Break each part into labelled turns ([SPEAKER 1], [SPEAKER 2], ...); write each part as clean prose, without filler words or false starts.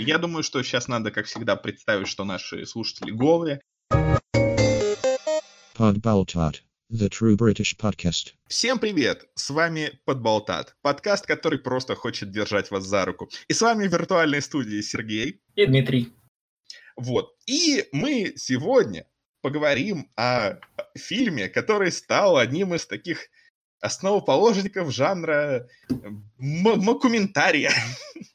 [SPEAKER 1] Я думаю, что сейчас надо, как всегда, представить, что наши слушатели голые.
[SPEAKER 2] Подболтат, the true British podcast.
[SPEAKER 1] Всем привет! С вами Подболтат, подкаст, который просто хочет держать вас за руку. И с вами в виртуальной студии Сергей
[SPEAKER 3] и Дмитрий.
[SPEAKER 1] Вот. И мы сегодня поговорим о фильме, который стал одним из таких основоположников жанра мокументария.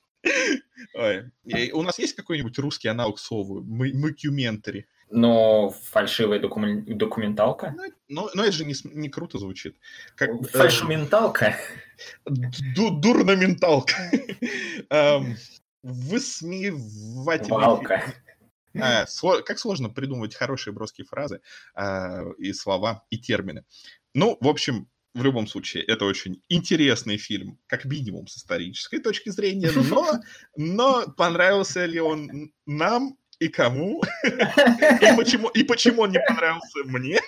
[SPEAKER 1] У нас есть какой-нибудь русский аналог слову? Мокюментари.
[SPEAKER 3] Но фальшивая документалка?
[SPEAKER 1] Но это же не круто звучит.
[SPEAKER 3] Фальшументалка?
[SPEAKER 1] Дурноменталка. Высмеивательный. Как сложно придумывать хорошие броские фразы и слова, и термины. Ну, в общем, в любом случае, это очень интересный фильм, как минимум с исторической точки зрения, но понравился ли он нам и кому? И почему он не понравился мне?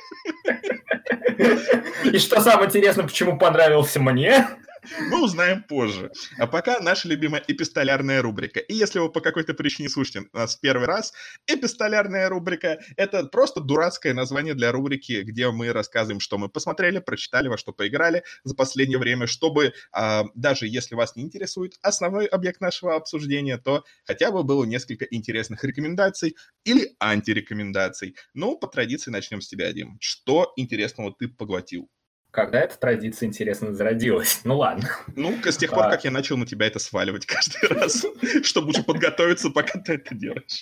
[SPEAKER 3] И что самое интересное, почему понравился мне?
[SPEAKER 1] Мы узнаем позже. А пока наша любимая эпистолярная рубрика. И если вы по какой-то причине слушаете нас в первый раз, эпистолярная рубрика — это просто дурацкое название для рубрики, где мы рассказываем, что мы посмотрели, прочитали, во что поиграли за последнее время, чтобы даже если вас не интересует основной объект нашего обсуждения, то хотя бы было несколько интересных рекомендаций или антирекомендаций. Ну, по традиции начнем с тебя, Дим. Что интересного ты поглотил?
[SPEAKER 3] Когда эта традиция, интересно, зародилась? Ну ладно.
[SPEAKER 1] Ну, с тех пор, как я начал на тебя это сваливать каждый раз, чтобы уже подготовиться, пока ты это делаешь.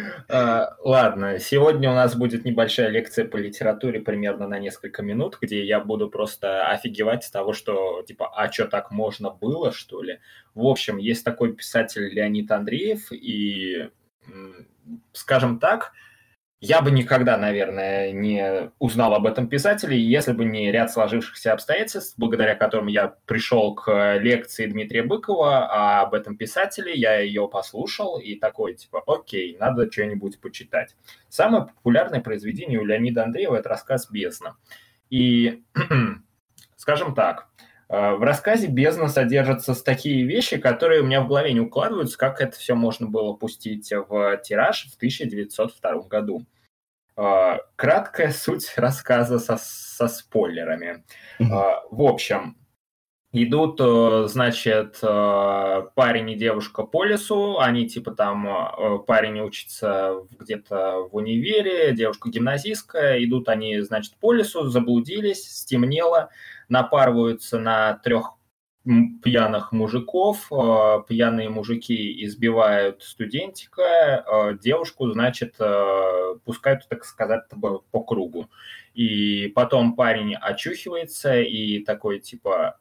[SPEAKER 3] Ладно, сегодня у нас будет небольшая лекция по литературе примерно на несколько минут, где я буду просто офигевать с того, что, типа, а что, так можно было, что ли? В общем, есть такой писатель Леонид Андреев, и, скажем так, я бы никогда, наверное, не узнал об этом писателе, если бы не ряд сложившихся обстоятельств, благодаря которым я пришел к лекции Дмитрия Быкова об этом писателе, я ее послушал и такой, типа, окей, надо что-нибудь почитать. Самое популярное произведение у Леонида Андреева – это рассказ «Бездна». И, скажем так, в рассказе «Бездна» содержатся такие вещи, которые у меня в голове не укладываются, как это все можно было пустить в тираж в 1902 году. Краткая суть рассказа со спойлерами. В общем, идут, значит, парень и девушка по лесу, они типа там, парень учится где-то в универе, девушка гимназистка, идут они, значит, по лесу, заблудились, стемнело, напарываются на 3 пьяных мужиков, пьяные мужики избивают студентика, девушку, значит, пускают, так сказать, по кругу. И потом парень очухивается и такой, типа,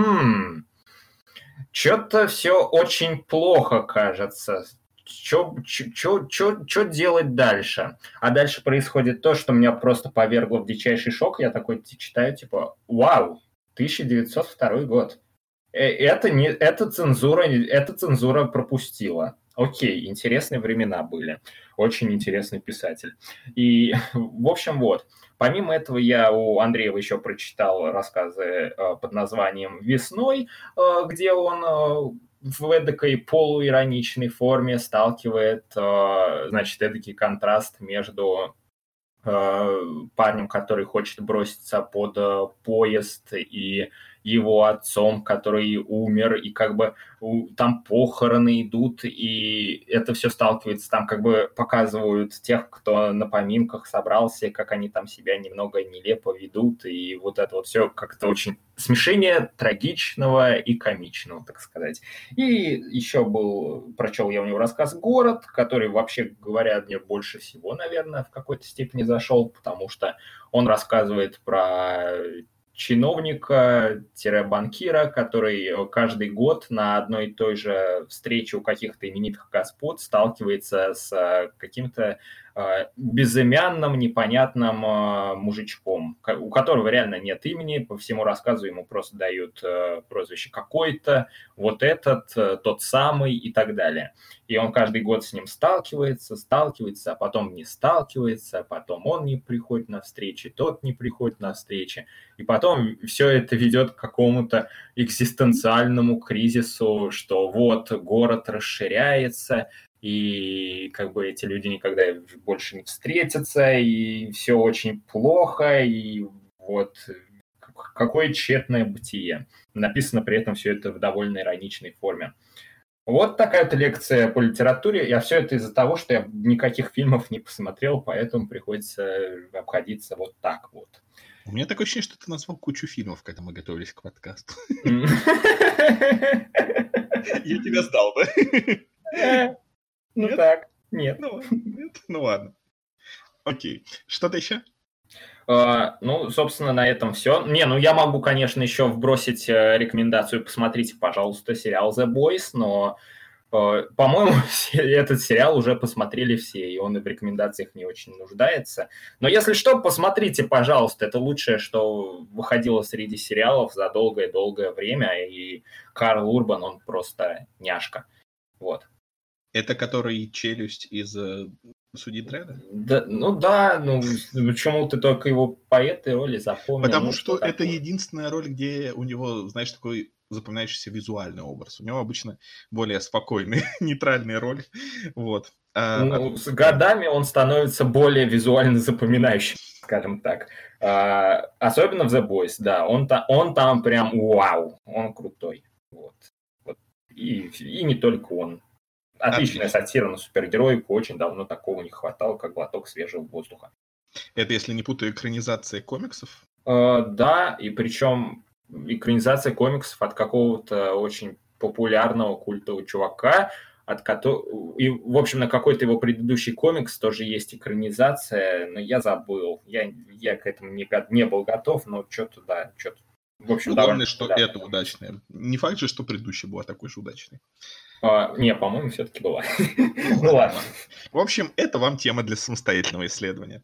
[SPEAKER 3] что-то все очень плохо, кажется. Что делать дальше? А дальше происходит то, что меня просто повергло в дичайший шок. Я такой читаю, типа, вау, 1902 год. Это цензура пропустила. Окей, интересные времена были. Очень интересный писатель. И, в общем, вот. Помимо этого, я у Андреева еще прочитал рассказы под названием «Весной», где он в эдакой полуироничной форме сталкивает, значит, эдакий контраст между парнем, который хочет броситься под поезд, и его отцом, который умер, и как бы там похороны идут, и это все сталкивается, там как бы показывают тех, кто на поминках собрался, как они там себя немного нелепо ведут, и вот это вот все как-то очень смешение трагичного и комичного, так сказать. И еще прочел я у него рассказ «Город», который, вообще говоря, мне больше всего, наверное, в какой-то степени зашел, потому что он рассказывает про чиновника-банкира, который каждый год на одной и той же встрече у каких-то именитых господ сталкивается с каким-то безымянным, непонятным мужичком, у которого реально нет имени, по всему рассказу ему просто дают прозвище какой-то, вот этот, тот самый и так далее. И он каждый год с ним сталкивается, а потом не сталкивается, а потом он не приходит на встречи, тот не приходит на встречи. И потом все это ведет к какому-то экзистенциальному кризису, что вот город расширяется, и как бы эти люди никогда больше не встретятся, и все очень плохо, и вот какое тщетное бытие. Написано при этом все это в довольно ироничной форме. Вот такая вот лекция по литературе. Я все это из-за того, что я никаких фильмов не посмотрел, поэтому приходится обходиться вот так вот.
[SPEAKER 1] У меня такое ощущение, что ты назвал кучу фильмов, когда мы готовились к подкасту.
[SPEAKER 3] Я
[SPEAKER 1] тебя сдал, да?
[SPEAKER 3] Ну так, нет.
[SPEAKER 1] Ну ладно. Окей. Что-то еще?
[SPEAKER 3] Ну, собственно, на этом все. Я могу, конечно, еще вбросить рекомендацию. Посмотрите, пожалуйста, сериал The Boys, но, по-моему, этот сериал уже посмотрели все, и он и в рекомендациях не очень нуждается. Но если что, посмотрите, пожалуйста. Это лучшее, что выходило среди сериалов за долгое-долгое время, и Карл Урбан, он просто няшка. Вот.
[SPEAKER 1] Это который челюсть из «Судьи Дредда»?
[SPEAKER 3] Да, почему ты только его по этой роли запомнил?
[SPEAKER 1] Потому что это единственная роль, где у него, знаешь, такой запоминающийся визуальный образ. У него обычно более спокойные, нейтральные роли. Вот.
[SPEAKER 3] С годами он становится более визуально запоминающим, скажем так. Особенно в The Boys, да. Он там прям вау, он крутой. Вот. И не только он. Отличная сатира на супергероику, очень давно такого не хватало, как глоток свежего воздуха.
[SPEAKER 1] Это, если не путаю, экранизация комиксов?
[SPEAKER 3] Да, и причем экранизация комиксов от какого-то очень популярного культового чувака, и, в общем, на какой-то его предыдущий комикс тоже есть экранизация, но я забыл. Я к этому не был готов, но что-то. В общем,
[SPEAKER 1] главное, что это удачное. Не факт же, что предыдущая была такой же удачной.
[SPEAKER 3] Не, по-моему, все-таки была. Ну ладно.
[SPEAKER 1] В общем, это вам тема для самостоятельного исследования.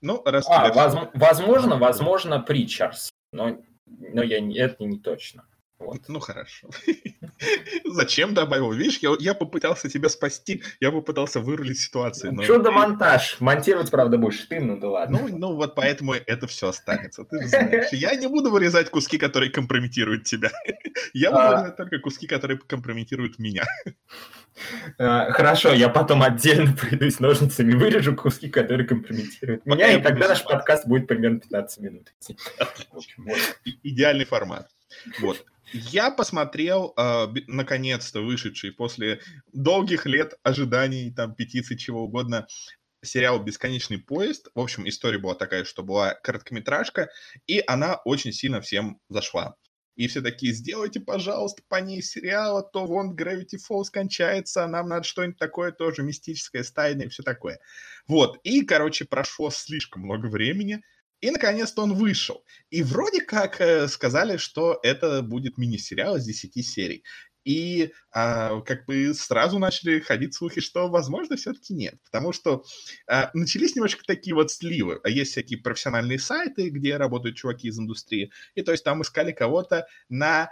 [SPEAKER 3] Возможно, Притчерс, но это не точно. Вот.
[SPEAKER 1] Ну, хорошо. Зачем добавил? Видишь, я попытался тебя спасти, я попытался вырулить ситуацию.
[SPEAKER 3] Чудо-монтаж. Монтировать, правда, будешь ты, да ладно.
[SPEAKER 1] Ну, вот поэтому это все останется. Ты же знаешь, я не буду вырезать куски, которые компрометируют тебя. Я буду вырезать только куски, которые компрометируют меня.
[SPEAKER 3] Хорошо, я потом отдельно пройдусь ножницами, вырежу куски, которые компрометируют меня, и тогда наш подкаст будет примерно 15 минут.
[SPEAKER 1] Идеальный формат. Вот. Я посмотрел, наконец-то вышедший после долгих лет ожиданий, там, петиций, чего угодно, сериал «Бесконечный поезд». В общем, история была такая, что была короткометражка, и она очень сильно всем зашла. И все такие: сделайте, пожалуйста, по ней сериал, а то вон Gravity Falls кончается, нам надо что-нибудь такое тоже мистическое, стайное и все такое. Вот, и, короче, прошло слишком много времени, и, наконец-то, он вышел. И вроде как сказали, что это будет мини-сериал из 10 серий. И как бы сразу начали ходить слухи, что, возможно, все-таки нет. Потому что начались немножко такие вот сливы. Есть всякие профессиональные сайты, где работают чуваки из индустрии. И то есть там искали кого-то на...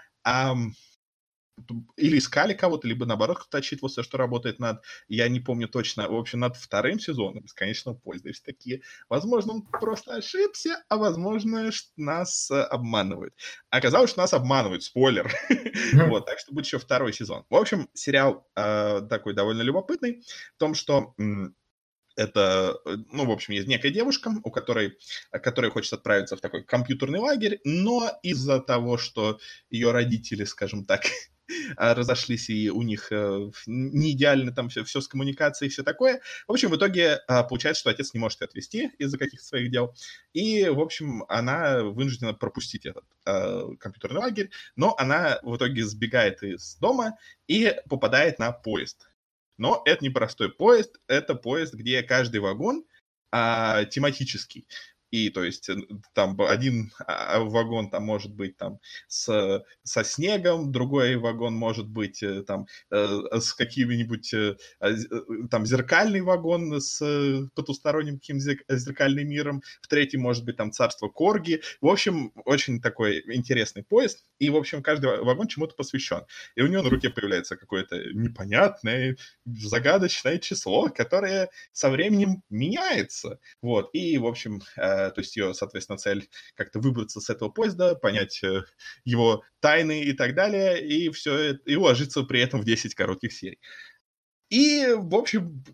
[SPEAKER 1] или искали кого-то, либо наоборот кто-то отчитывался, что работает над, я не помню точно, в общем, над вторым сезоном «Бесконечного поезда». И все такие: возможно, он просто ошибся, а возможно, нас обманывают. Оказалось, что нас обманывают, спойлер. Вот, так что будет еще второй сезон. В общем, сериал такой довольно любопытный в том, что это, в общем, есть некая девушка, которая хочет отправиться в такой компьютерный лагерь, но из-за того, что ее родители, скажем так, разошлись, и у них не идеально там все с коммуникацией и все такое. В общем, в итоге получается, что отец не может ее отвезти из-за каких-то своих дел. И, в общем, она вынуждена пропустить этот компьютерный лагерь, но она в итоге сбегает из дома и попадает на поезд. Но это не простой поезд, это поезд, где каждый вагон тематический. И то есть там один вагон там может быть там со снегом, другой вагон может быть там с каким-нибудь там зеркальный вагон с потусторонним каким-то зеркальным миром, в третьем может быть там царство Корги. В общем, очень такой интересный поезд. И, в общем, каждый вагон чему-то посвящен. И у него на руке появляется какое-то непонятное, загадочное число, которое со временем меняется. Вот. И, в общем, то есть ее, соответственно, цель как-то выбраться с этого поезда, понять его тайны и так далее, и все это, и уложиться при этом в 10 коротких серий. И, в общем,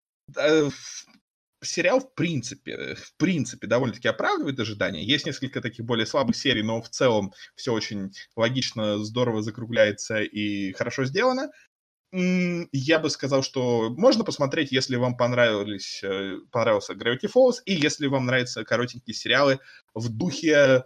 [SPEAKER 1] сериал в принципе, довольно-таки оправдывает ожидания. Есть несколько таких более слабых серий, но в целом все очень логично, здорово закругляется и хорошо сделано. Я бы сказал, что можно посмотреть, если вам понравился Gravity Falls, и если вам нравятся коротенькие сериалы в духе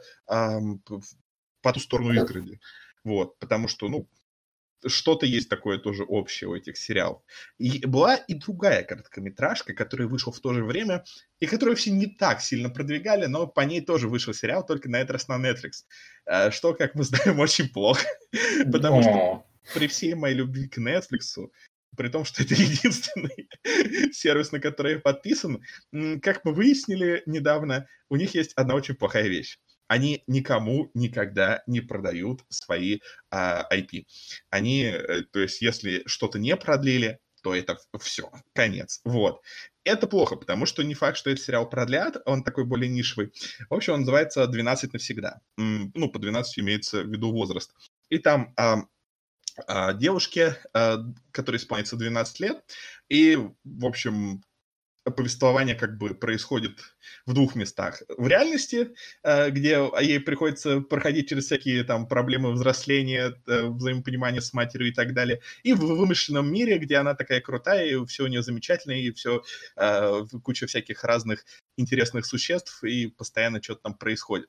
[SPEAKER 1] «По ту сторону изгороди». Вот, потому что, что-то есть такое тоже общее у этих сериалов. И была и другая короткометражка, которая вышла в то же время, и которую все не так сильно продвигали, но по ней тоже вышел сериал, только на этот раз на Netflix. Что, как мы знаем, очень плохо. Потому что при всей моей любви к Netflix, при том, что это единственный сервис, на который я подписан, как мы выяснили недавно, у них есть одна очень плохая вещь. Они никому никогда не продают свои IP. То есть, если что-то не продлили, то это все, конец. Вот. Это плохо, потому что не факт, что этот сериал продлят, он такой более нишевый. В общем, он называется «12 навсегда». По 12 имеется в виду возраст. И там девушке, которой исполнится 12 лет, и, в общем, повествование как бы происходит в двух местах. В реальности, где ей приходится проходить через всякие там проблемы взросления, взаимопонимания с матерью и так далее, и в вымышленном мире, где она такая крутая, и все у нее замечательно, и все куча всяких разных интересных существ, и постоянно что-то там происходит.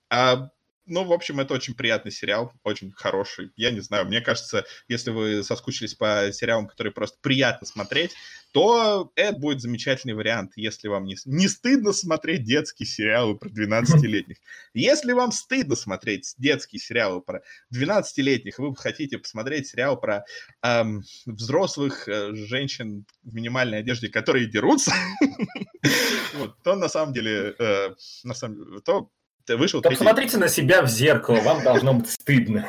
[SPEAKER 1] В общем, это очень приятный сериал, очень хороший. Я не знаю, мне кажется, если вы соскучились по сериалам, которые просто приятно смотреть, то это будет замечательный вариант, если вам не стыдно смотреть детские сериалы про 12-летних. Если вам стыдно смотреть детские сериалы про 12-летних, вы хотите посмотреть сериал про взрослых женщин в минимальной одежде, которые дерутся, то на самом деле, вышел
[SPEAKER 3] третий... Посмотрите на себя в зеркало, вам должно быть стыдно.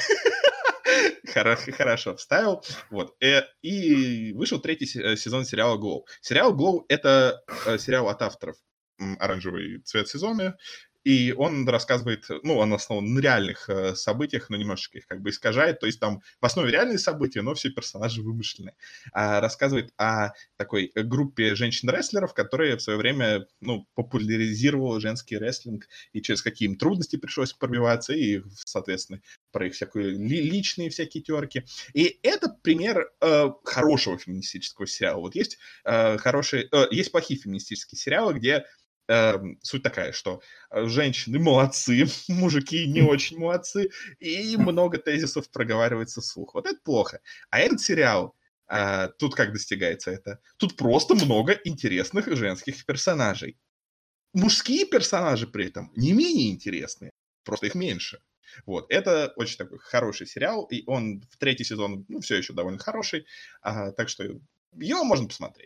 [SPEAKER 1] Хорошо, вставил. Вот. И вышел третий сезон сериала «Glow». Сериал «Glow» — это сериал от авторов «Оранжевый цвет сезона», и он рассказывает, он основан на реальных событиях, но немножечко их как бы искажает, то есть там в основе реальные события, но все персонажи вымышленные. Рассказывает о такой группе женщин-рестлеров, которые в свое время, популяризировала женский рестлинг, и через какие им трудности пришлось пробиваться, и, соответственно, про их всякие личные всякие терки. И это пример хорошего феминистического сериала. Вот есть есть плохие феминистические сериалы, где суть такая, что женщины молодцы, мужики не очень молодцы, и много тезисов проговаривается вслух. Вот это плохо. А этот сериал, тут как достигается это? Тут просто много интересных женских персонажей. Мужские персонажи при этом не менее интересные, просто их меньше. Вот, это очень такой хороший сериал, и он в третий сезон, все еще довольно хороший, так что его можно посмотреть.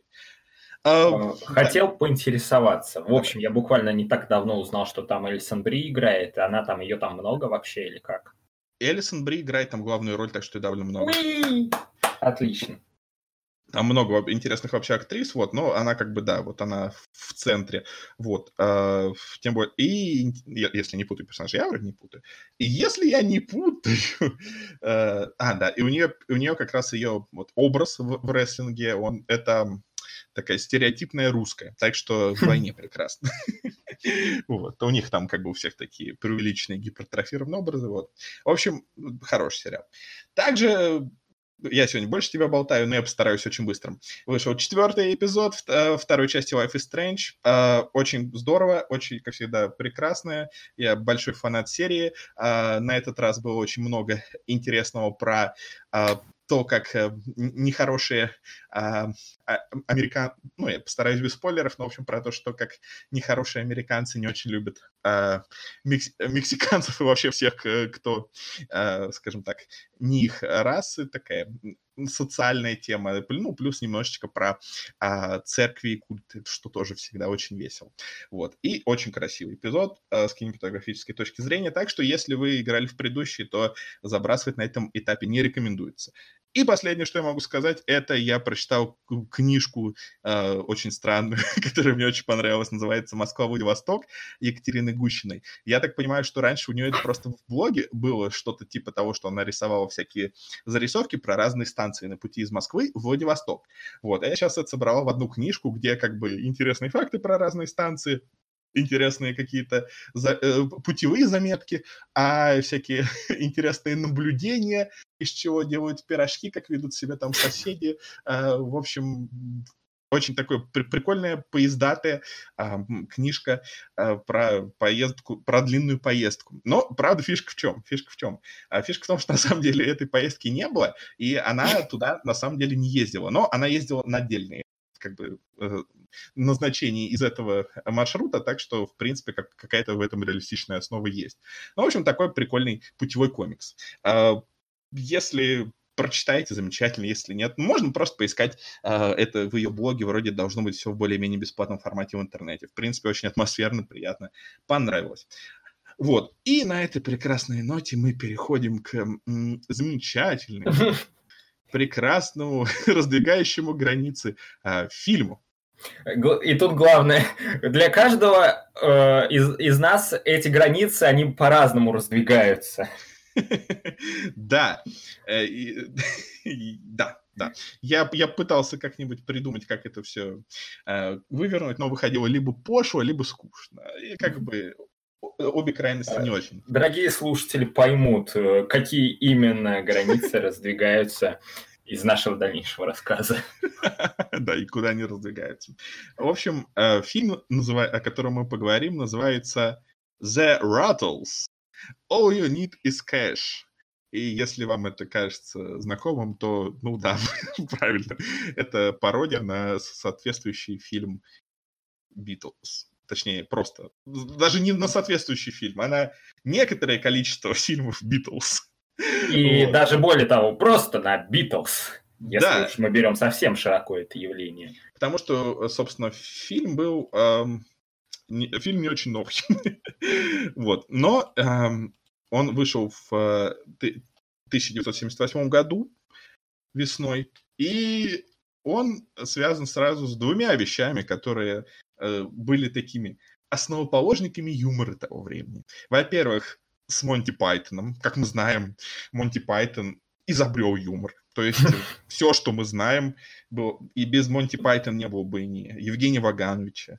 [SPEAKER 3] Хотел поинтересоваться. В общем, я буквально не так давно узнал, что там Элисон Бри играет. Ее там много вообще или как?
[SPEAKER 1] Элисон Бри играет там главную роль, так что довольно много.
[SPEAKER 3] Отлично.
[SPEAKER 1] Там много интересных вообще актрис, но она как бы, она в центре, тем более, и если не путаю персонажей, я вроде не путаю, и если я не путаю, и у нее как раз ее образ в рестлинге, это такая стереотипная русская, так что вдвойне прекрасно. У них там как бы у всех такие преувеличенные гипертрофированные образы, В общем, хороший сериал. Также я сегодня больше тебя болтаю, но я постараюсь очень быстро. Вышел 4-й эпизод второй части Life is Strange. Очень здорово, очень, как всегда, прекрасная. Я большой фанат серии. На этот раз было очень много интересного про то, как нехорошие американцы, я постараюсь без спойлеров, но, в общем, про то, что как нехорошие американцы не очень любят мексиканцев и вообще всех, кто, скажем так, не их расы, такая социальная тема, плюс немножечко про церкви и культы, что тоже всегда очень весело. И очень красивый эпизод с кинематографической точки зрения, так что если вы играли в предыдущий, то забрасывать на этом этапе не рекомендуется. И последнее, что я могу сказать, это я прочитал книжку очень странную, которая мне очень понравилась, называется «Москва-Владивосток» Екатерины Гущиной. Я так понимаю, что раньше у нее это просто в блоге было что-то типа того, что она рисовала всякие зарисовки про разные станции на пути из Москвы в Владивосток. Вот, а я сейчас это собрала в одну книжку, где как бы интересные факты про разные станции, интересные какие-то путевые заметки, а всякие интересные наблюдения, из чего делают пирожки, как ведут себя там соседи. В общем, очень такая прикольная, поездатая книжка про поездку, про длинную поездку. Но, правда, фишка в чем? Фишка в том, что на самом деле этой поездки не было, и она туда на самом деле не ездила. Но она ездила на отдельные как бы назначений из этого маршрута, так что, в принципе, какая-то в этом реалистичная основа есть. Ну, в общем, такой прикольный путевой комикс. Если прочитаете, замечательно, если нет, можно просто поискать это в ее блоге, вроде должно быть все в более-менее бесплатном формате в интернете. В принципе, очень атмосферно, приятно, понравилось. Вот, и на этой прекрасной ноте мы переходим к замечательному, прекрасному, раздвигающему границы фильму.
[SPEAKER 3] И тут главное, для каждого из нас эти границы, они по-разному раздвигаются.
[SPEAKER 1] Да, да. Я пытался как-нибудь придумать, как это все вывернуть, но выходило либо пошло, либо скучно. И как бы обе крайности не очень.
[SPEAKER 3] Дорогие слушатели поймут, какие именно границы раздвигаются из нашего дальнейшего рассказа.
[SPEAKER 1] Да, и куда они раздвигаются. В общем, фильм, о котором мы поговорим, называется The Rattles. All you need is cash. И если вам это кажется знакомым, то, ну да, правильно. Это пародия на соответствующий фильм Beatles. Точнее, просто. Даже не на соответствующий фильм, а на некоторое количество фильмов Beatles.
[SPEAKER 3] И даже более того, просто на Beatles. Если
[SPEAKER 1] Да.
[SPEAKER 3] уж мы берем совсем широко это явление.
[SPEAKER 1] Потому что, собственно, фильм был... фильм не очень новый. Вот. Но он вышел в 1978 году весной. И он связан сразу с двумя вещами, которые были такими основоположниками юмора того времени. Во-первых, с Монти Пайтоном. Как мы знаем, Монти Пайтон изобрел юмор. То есть все, что мы знаем, было... и без Монти Пайтона не было бы и ни Евгения Вагановича.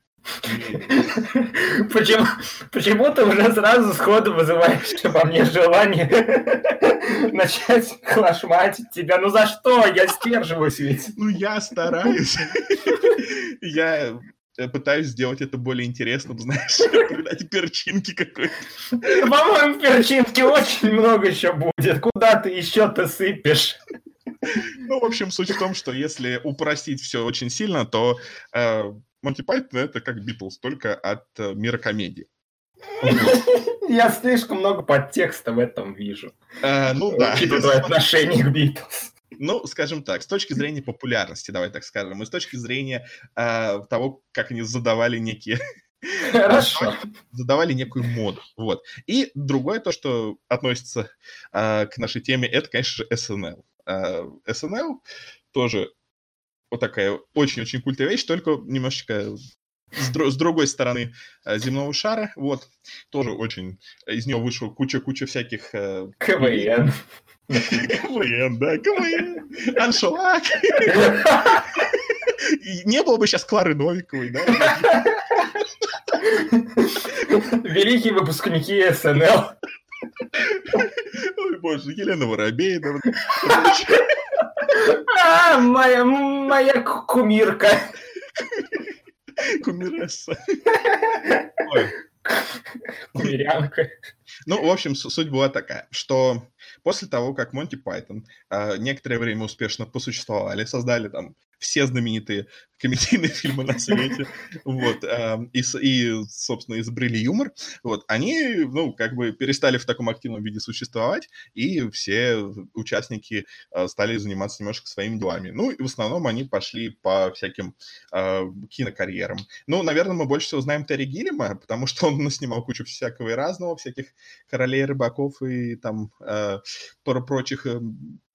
[SPEAKER 3] Почему ты уже сразу сходу вызываешь во мне желание начать клашматить тебя? Ну за что? Я сдерживаюсь ведь.
[SPEAKER 1] Ну я стараюсь. Я пытаюсь сделать это более интересным, знаешь, придать перчинки какой-то.
[SPEAKER 3] По-моему, перчинки очень много еще будет. Куда ты еще-то сыпешь?
[SPEAKER 1] Ну, в общем, суть в том, что если упростить все очень сильно, то Монти Пайтон — это как Битлз, только от мира комедии.
[SPEAKER 3] Я слишком много подтекста в этом вижу.
[SPEAKER 1] Ну да.
[SPEAKER 3] Учитывая твое отношение к Битлз.
[SPEAKER 1] Ну, скажем так, с точки зрения популярности, давай так скажем, и с точки зрения того, как они задавали некие...
[SPEAKER 3] Хорошо.
[SPEAKER 1] Задавали некую моду. Вот. И другое, то, что относится к нашей теме, это, конечно же, СНЛ. СНЛ тоже вот такая очень-очень культовая вещь, только немножечко с другой стороны земного шара. Вот. Тоже очень... Из него вышла куча всяких...
[SPEAKER 3] КВН.
[SPEAKER 1] КВН, да, КВН. Аншлаг. Не было бы сейчас Клары Новиковой, да?
[SPEAKER 3] Великие выпускники СНЛ.
[SPEAKER 1] Ой, боже, Елена Воробей.
[SPEAKER 3] Моя кумирка.
[SPEAKER 1] Кумиресса.
[SPEAKER 3] Кумирянка.
[SPEAKER 1] Ну, в общем, суть была такая, что после того, как Монти Пайтон некоторое время успешно посуществовали, создали там все знаменитые комедийные фильмы на свете, вот, и, собственно, изобрели юмор, вот, они, ну, как бы перестали в таком активном виде существовать, и все участники стали заниматься немножко своими делами. Ну, и в основном они пошли по всяким кинокарьерам. Ну, наверное, мы больше всего знаем Терри Гиллиама, потому что он наснимал кучу всякого и разного, всяких королей рыбаков и там прочих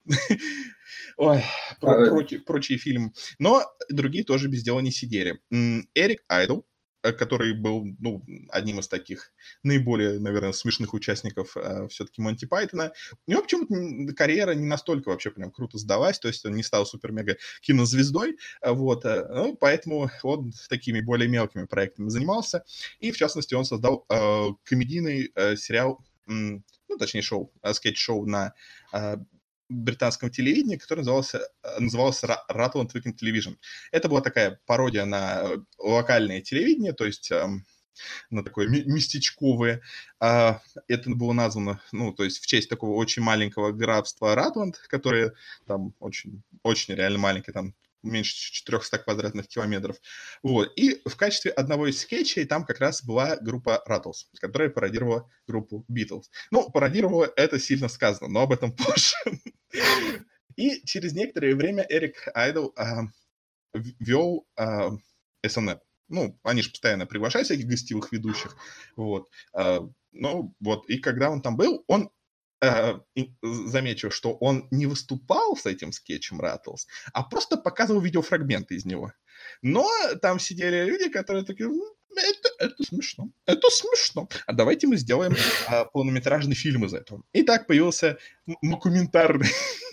[SPEAKER 1] Ой, прочие фильмы. Но другие тоже без дела не сидели. Эрик Айдл, который был, ну, одним из таких наиболее, наверное, смешных участников все-таки Монти Пайтона. У него почему-то карьера не настолько вообще прям круто сдалась, то есть он не стал супер-мега кинозвездой, вот, ну, поэтому он такими более мелкими проектами занимался, и, в частности, он создал комедийный сериал, ну, точнее, скетч-шоу на британском телевидении, который назывался Rutland Weekend Television. Это была такая пародия на локальное телевидение, то есть на такое местечковое. Это было названо, ну, то есть в честь такого очень маленького графства Ратланд, которое там очень, очень реально маленькое, там меньше 400 квадратных километров. Вот. И в качестве одного из скетчей там как раз была группа Rattles, которая пародировала группу Beatles. Ну, пародировала — это сильно сказано, но об этом позже. И через некоторое время Эрик Айдл вел СНЛ. Ну, они же постоянно приглашают всяких гостевых ведущих. Вот. Ну, вот. И когда он там был, он замечу, что он не выступал с этим скетчем Rattles, а просто показывал видеофрагменты из него. Но там сидели люди, которые такие: это смешно, это смешно. А давайте мы сделаем полнометражный фильм из этого. И так появился документарный.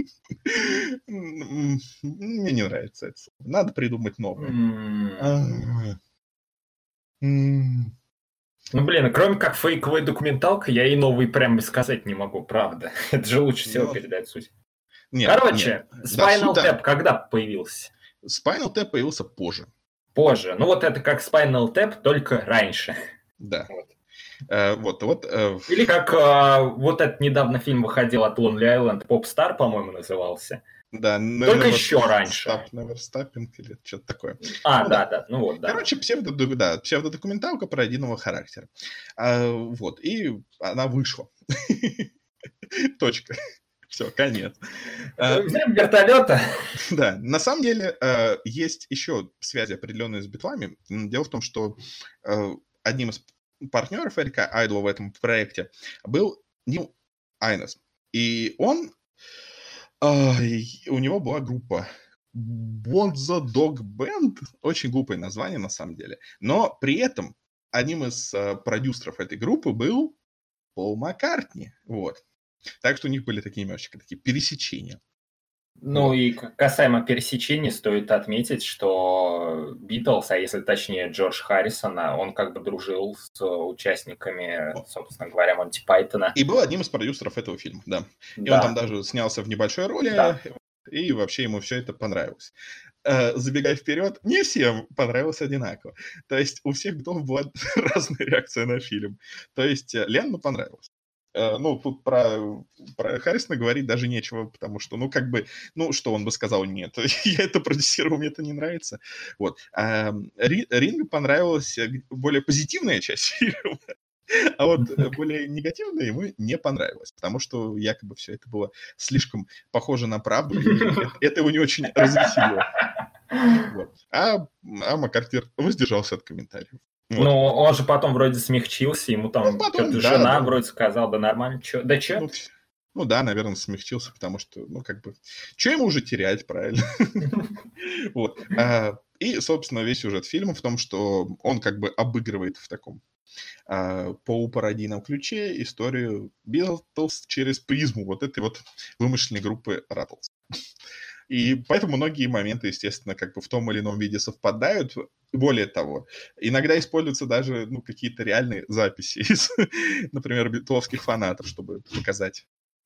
[SPEAKER 1] Мне не нравится это. Надо придумать новое.
[SPEAKER 3] Ну, блин, кроме как фейковая документалка, я и новый прямо сказать не могу, правда. Это же лучше всего передать суть. Короче, Spinal Tap когда появился?
[SPEAKER 1] Spinal Tap появился позже.
[SPEAKER 3] Позже. Ну, вот это как Spinal Tap, только раньше.
[SPEAKER 1] Да.
[SPEAKER 3] Вот. Или как вот этот недавно фильм выходил от Lonely Island, Popstar, по-моему, назывался.
[SPEAKER 1] Да,
[SPEAKER 3] только еще раньше.
[SPEAKER 1] Neverstopping или что-то такое.
[SPEAKER 3] Да. Ну вот, да.
[SPEAKER 1] Короче, псевдодокументалка пародийного характера. Вот. И она вышла. Точка. Все, конец.
[SPEAKER 3] Взрыв вертолета.
[SPEAKER 1] Да, на самом деле есть еще связи определенные с Битлами. Дело в том, что одним из партнеров Эрика Айдла в этом проекте был Нил Айнес. И он... у него была группа Bonzo Dog Band. Очень глупое название, на самом деле. Но при этом одним из продюсеров этой группы был Пол Маккартни. Вот. Так что у них были такие немножечко такие пересечения.
[SPEAKER 3] Ну вот. И касаемо пересечений, стоит отметить, что Битлз, а если точнее Джордж Харрисона, он как бы дружил с участниками, собственно говоря, Монти Пайтона.
[SPEAKER 1] И был одним из продюсеров этого фильма, да. И он там даже снялся в небольшой роли, и вообще ему все это понравилось. Забегая вперед, не всем понравилось одинаково. То есть у всех Битлов была разная реакция на фильм. То есть Ленну понравилось. Ну, тут про Харрисона говорить даже нечего, потому что, ну, как бы, ну, что он бы сказал: нет, я это продюсировал, мне это не нравится. Вот. Рингу понравилась более позитивная часть фильма, а вот более негативная ему не понравилась, потому что якобы все это было слишком похоже на правду, и это его не очень развеселило. Вот. А Маккартни воздержался от комментариев.
[SPEAKER 3] Вот. Ну, он же потом вроде смягчился, ему там что-то жена вроде сказала: да нормально, чё? Да чё?
[SPEAKER 1] Ну да, наверное, смягчился, потому что, ну, как бы, что ему уже терять, правильно? Вот. И, собственно, весь сюжет фильма в том, что он как бы обыгрывает в таком полупародийном ключе историю Битлз через призму вот этой вот вымышленной группы Rattles. И поэтому многие моменты, естественно, как бы в том или ином виде совпадают. Более того, иногда используются даже, ну, какие-то реальные записи из, например, битловских фанатов, чтобы показать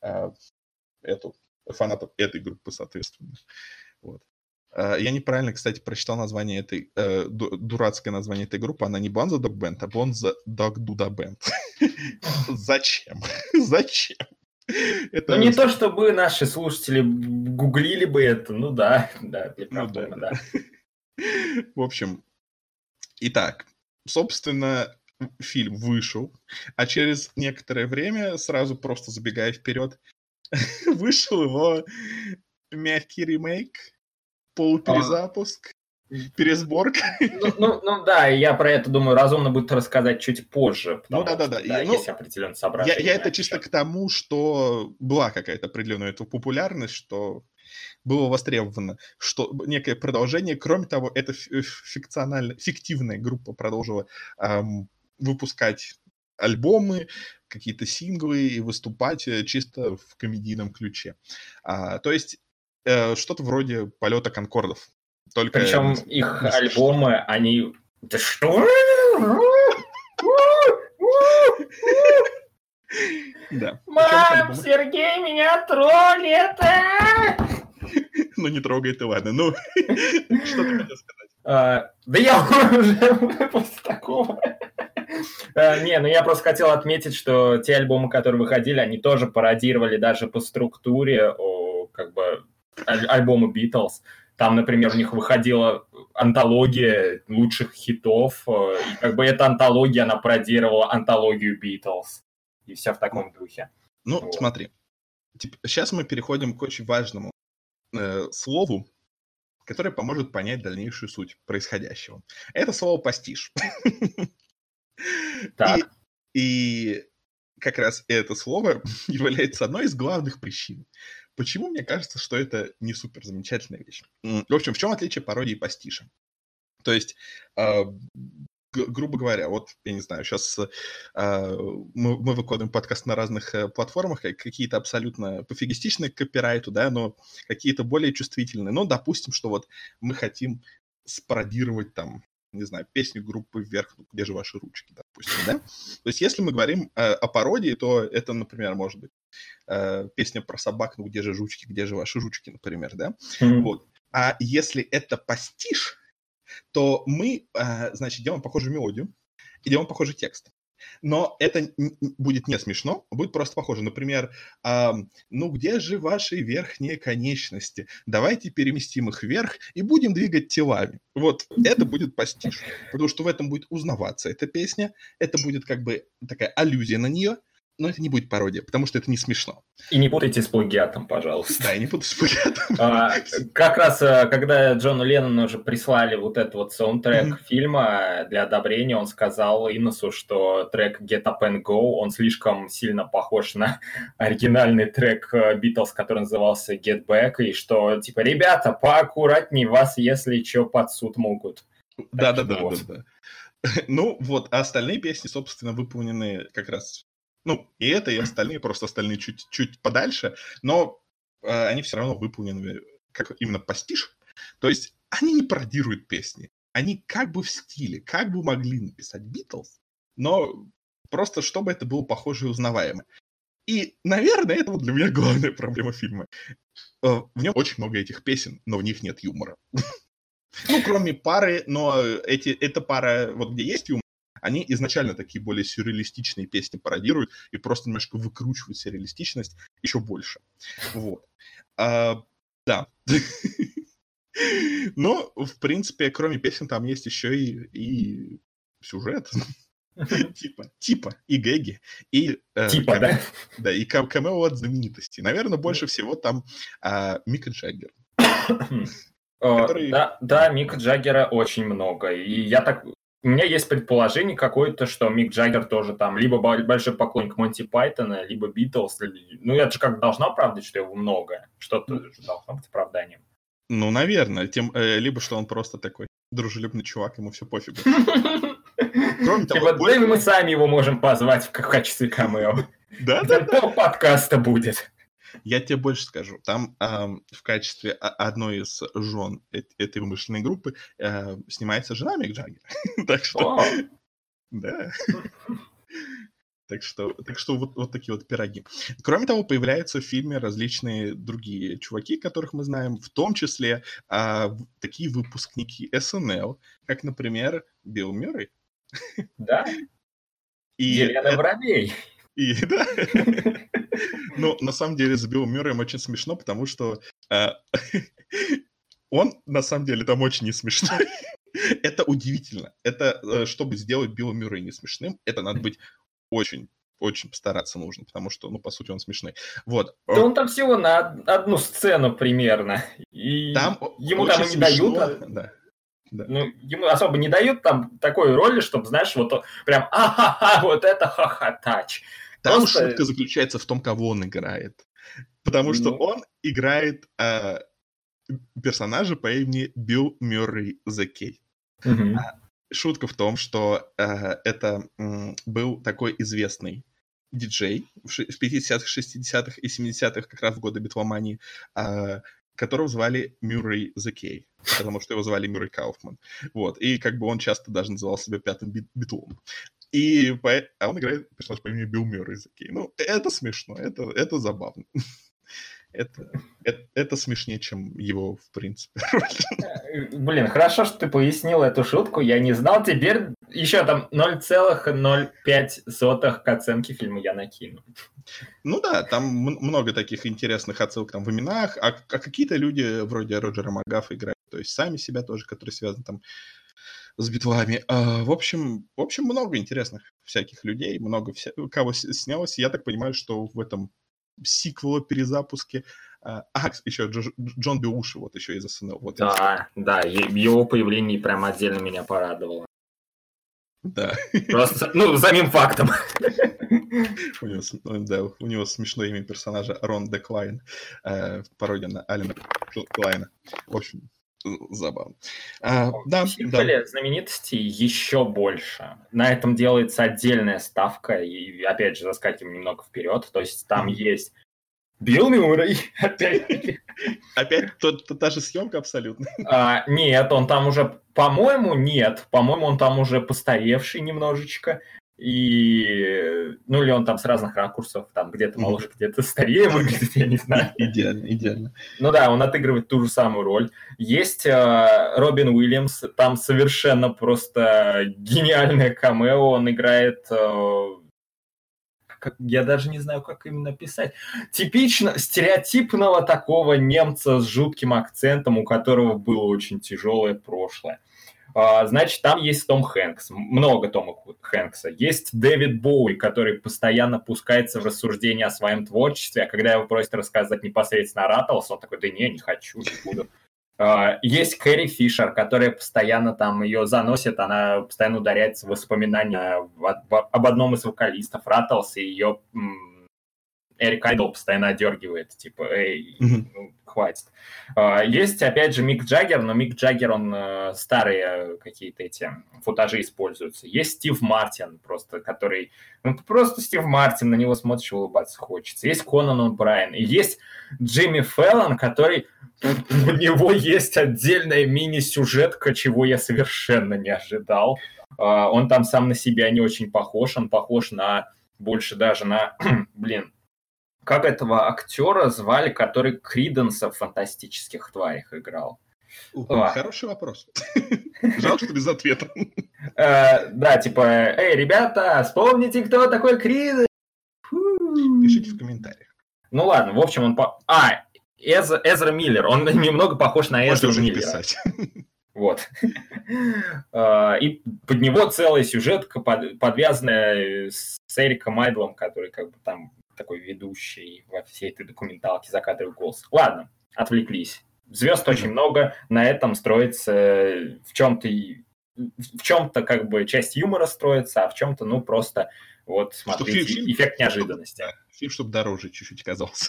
[SPEAKER 1] фанатов этой группы, соответственно. Вот. Я неправильно, кстати, прочитал название этой, дурацкое название этой группы. Она не Bonzo Dog Band, а Bonzo Dog Duda Band. Зачем? Зачем?
[SPEAKER 3] Это... Ну, не то, чтобы наши слушатели гуглили бы это, ну да, для проблемы, да.
[SPEAKER 1] В общем, итак, собственно, фильм вышел, а через некоторое время, сразу просто забегая вперед, вышел его мягкий ремейк, полуперезапуск. пересборка.
[SPEAKER 3] Ну да, и я про это, думаю, разумно будет рассказать чуть позже.
[SPEAKER 1] Ну да.
[SPEAKER 3] Есть определенное соображение.
[SPEAKER 1] Я это чисто к тому, что была какая-то определенная эта популярность, что было востребовано, что некое продолжение. Кроме того, эта фиктивная группа продолжила выпускать альбомы, какие-то синглы и выступать чисто в комедийном ключе. То есть что-то вроде «Полета Конкордов». Только
[SPEAKER 3] причем их альбомы, они... Да что?
[SPEAKER 1] Да.
[SPEAKER 3] Мам, Сергей меня троллит!
[SPEAKER 1] Ну, не трогай ты, ладно. Ну, что ты хотел сказать?
[SPEAKER 3] Да я уже после такого... ну я просто хотел отметить, что те альбомы, которые выходили, они тоже пародировали даже по структуре как бы альбомы Beatles. Там, например, у них выходила антология лучших хитов, и как бы эта антология, она пародировала антологию Beatles. И все в таком духе.
[SPEAKER 1] Ну, вот. Смотри. Сейчас мы переходим к очень важному слову, которое поможет понять дальнейшую суть происходящего. Это слово «пастиш».
[SPEAKER 3] Так.
[SPEAKER 1] И как раз это слово является одной из главных причин. Почему мне кажется, что это не супер замечательная вещь? В общем, в чем отличие пародии и пастиша? То есть, грубо говоря, вот, я не знаю, сейчас мы выкладываем подкаст на разных платформах, какие-то абсолютно пофигистичные к копирайту, да, но какие-то более чувствительные. Но допустим, что вот мы хотим спародировать там, не знаю, песню группы «Вверх», ну, «Где же ваши ручки», допустим, да? То есть, если мы говорим о пародии, то это, например, может быть песня про собак, ну, «Где же жучки, где же ваши ручки», например, да? Вот. А если это пастиш, то мы, значит, делаем похожую мелодию и делаем похожий текст. Но это будет не смешно, будет просто похоже. Например, ну где же ваши верхние конечности? Давайте переместим их вверх и будем двигать телами. Вот это будет пастиш. Потому что в этом будет узнаваться эта песня, это будет как бы такая аллюзия на нее, но это не будет пародия, потому что это не смешно.
[SPEAKER 3] И не путайте с плагиатом, пожалуйста.
[SPEAKER 1] Да, и не путайте с плагиатом.
[SPEAKER 3] Как раз, когда Джону Леннону уже прислали вот этот вот саундтрек фильма для одобрения, он сказал Иннесу, что трек Get Up and Go, он слишком сильно похож на оригинальный трек Beatles, который назывался Get Back, и что, типа, ребята, поаккуратней, вас, если что, под суд могут.
[SPEAKER 1] Да. Ну, вот, а остальные песни, собственно, выполнены как раз... Ну, и это, и остальные, просто остальные чуть подальше, но они все равно выполнены как именно пастиш. То есть они не пародируют песни. Они как бы в стиле, как бы могли написать Beatles, но просто чтобы это было похоже и узнаваемо. И, наверное, это вот для меня главная проблема фильма. В нем очень много этих песен, но в них нет юмора. Ну, кроме пары, но эта пара, вот где есть юмор, они изначально такие более сюрреалистичные песни пародируют и просто немножко выкручивают сюрреалистичность еще больше. Вот. Да. Но, в принципе, кроме песен, там есть еще и сюжет. Типа, и гэги, и...
[SPEAKER 3] Типа, да?
[SPEAKER 1] Да, и камео от знаменитостей. Наверное, больше всего там Мик Джаггер.
[SPEAKER 3] Да, Мика Джаггера очень много. И у меня есть предположение какое-то, что Мик Джаггер тоже там либо большой поклонник Монти Пайтона, либо Битлз. Ну, это же как должно оправдать, что его много. Что-то же должно быть оправданием.
[SPEAKER 1] Ну, наверное. Либо что он просто такой дружелюбный чувак, ему все пофигу.
[SPEAKER 3] Кроме того, да мы сами его можем позвать в качестве камео.
[SPEAKER 1] Да.
[SPEAKER 3] Подкаста будет.
[SPEAKER 1] Я тебе больше скажу. Там в качестве одной из жен этой вымышленной группы снимается жена Мик Джаггера. Так что... Да. Так что вот такие вот пироги. Кроме того, появляются в фильме различные другие чуваки, которых мы знаем, в том числе такие выпускники СНЛ, как, например, Билл Мюррей.
[SPEAKER 3] Да. Елена Воробей.
[SPEAKER 1] Да. Ну, на самом деле, с Биллом Мюрреем очень смешно, потому что он, на самом деле, там очень не смешной. Это удивительно. Это, чтобы сделать Билла Мюррея не смешным, это надо быть очень постараться нужно, потому что, ну, по сути, он смешной. Вот.
[SPEAKER 3] Да он там всего на одну сцену примерно. И ему там и не дают.
[SPEAKER 1] Да.
[SPEAKER 3] Ну, ему особо не дают там такой роли, чтобы, знаешь, вот прям а-ха-ха, вот это ха-ха-тач.
[SPEAKER 1] Там
[SPEAKER 3] Просто...
[SPEAKER 1] шутка заключается в том, кого он играет. Потому что он играет персонажа по имени Билл Мюррей Закей. Шутка в том, что это был такой известный диджей в 50-х, 60-х и 70-х, как раз в годы битломании, которого звали Мюррей Закей, потому что его звали Мюррей Кауфман. Вот. И как бы он часто даже называл себя пятым битлом. А он играет персонаж по имени Билл Мюррей Закей. Ну, это смешно, это забавно. Это смешнее, чем его, в принципе.
[SPEAKER 3] Блин, хорошо, что ты пояснил эту шутку. Я не знал. Теперь еще там 0,05 к оценке фильма я накину.
[SPEAKER 1] Ну да, там много таких интересных отсылок там в именах, а какие-то люди вроде Роджера Магафа играют, то есть сами себя тоже, которые связаны там с битлами. В общем, много интересных всяких людей, много кого снялось. Я так понимаю, что в этом сиквело-перезапуске. Еще Джон Беуши вот еще из СНЛ. Вот
[SPEAKER 3] да, его появление прям отдельно меня порадовало.
[SPEAKER 1] Да.
[SPEAKER 3] Просто, самим фактом.
[SPEAKER 1] У него смешное имя персонажа Рон Деклайн, пародия на Алена Клайна. В общем, забавно.
[SPEAKER 3] В сиквеле знаменитостей еще больше. На этом делается отдельная ставка, и опять же заскакиваем немного вперед. То есть там есть Билл Мюррей, опять-таки.
[SPEAKER 1] Опять та же съемка абсолютно?
[SPEAKER 3] Нет, он там уже, по-моему, он там уже постаревший немножечко. Или он там с разных ракурсов, там где-то моложе, где-то старее выглядит, я не знаю.
[SPEAKER 1] Идеально.
[SPEAKER 3] Ну да, он отыгрывает ту же самую роль. Есть Робин Уильямс, там совершенно просто гениальное камео, он играет... я даже не знаю, как именно писать. Типично стереотипного такого немца с жутким акцентом, у которого было очень тяжелое прошлое. Значит, там есть Том Хэнкс, много Тома Хэнкса. Есть Дэвид Боуи, который постоянно пускается в рассуждения о своем творчестве, а когда его просят рассказать непосредственно о Раттлс, он такой, да не хочу, не буду. Есть Кэрри Фишер, которая постоянно там ее заносит, она постоянно ударяется в воспоминания об одном из вокалистов Раттлс, и ее Эрик Айдл постоянно одергивает, типа, эй, хватит. Есть, опять же, Мик Джаггер, но Мик Джаггер, он старые какие-то эти футажи используются. Есть Стив Мартин, просто, который... просто Стив Мартин, на него смотришь, улыбаться хочется. Есть Конан О'Брайен. И есть Джимми Фэллон, который... У него есть отдельная мини-сюжетка, чего я совершенно не ожидал. Он там сам на себя не очень похож. Он похож на... больше даже на... как этого актера звали, который Криденса в «Фантастических тварях» играл?
[SPEAKER 1] Хороший вопрос. Жалко, что без ответа.
[SPEAKER 3] Да, типа, эй, ребята, вспомните, кто такой Криденс?
[SPEAKER 1] Пишите в комментариях.
[SPEAKER 3] Ну ладно, в общем, он... Эзра Миллер, он немного похож на Эзру Миллера. Вот. И под него целая сюжетка, подвязанная с Эриком Айдлом, который как бы там такой ведущий во всей этой документалке «Закадровый голос». Ладно, отвлеклись. Звезд очень много, на этом строится в чем-то как бы часть юмора строится, а в чем-то, просто вот, смотрите, эффект неожиданности.
[SPEAKER 1] Фильм, чтобы дороже чуть-чуть казался.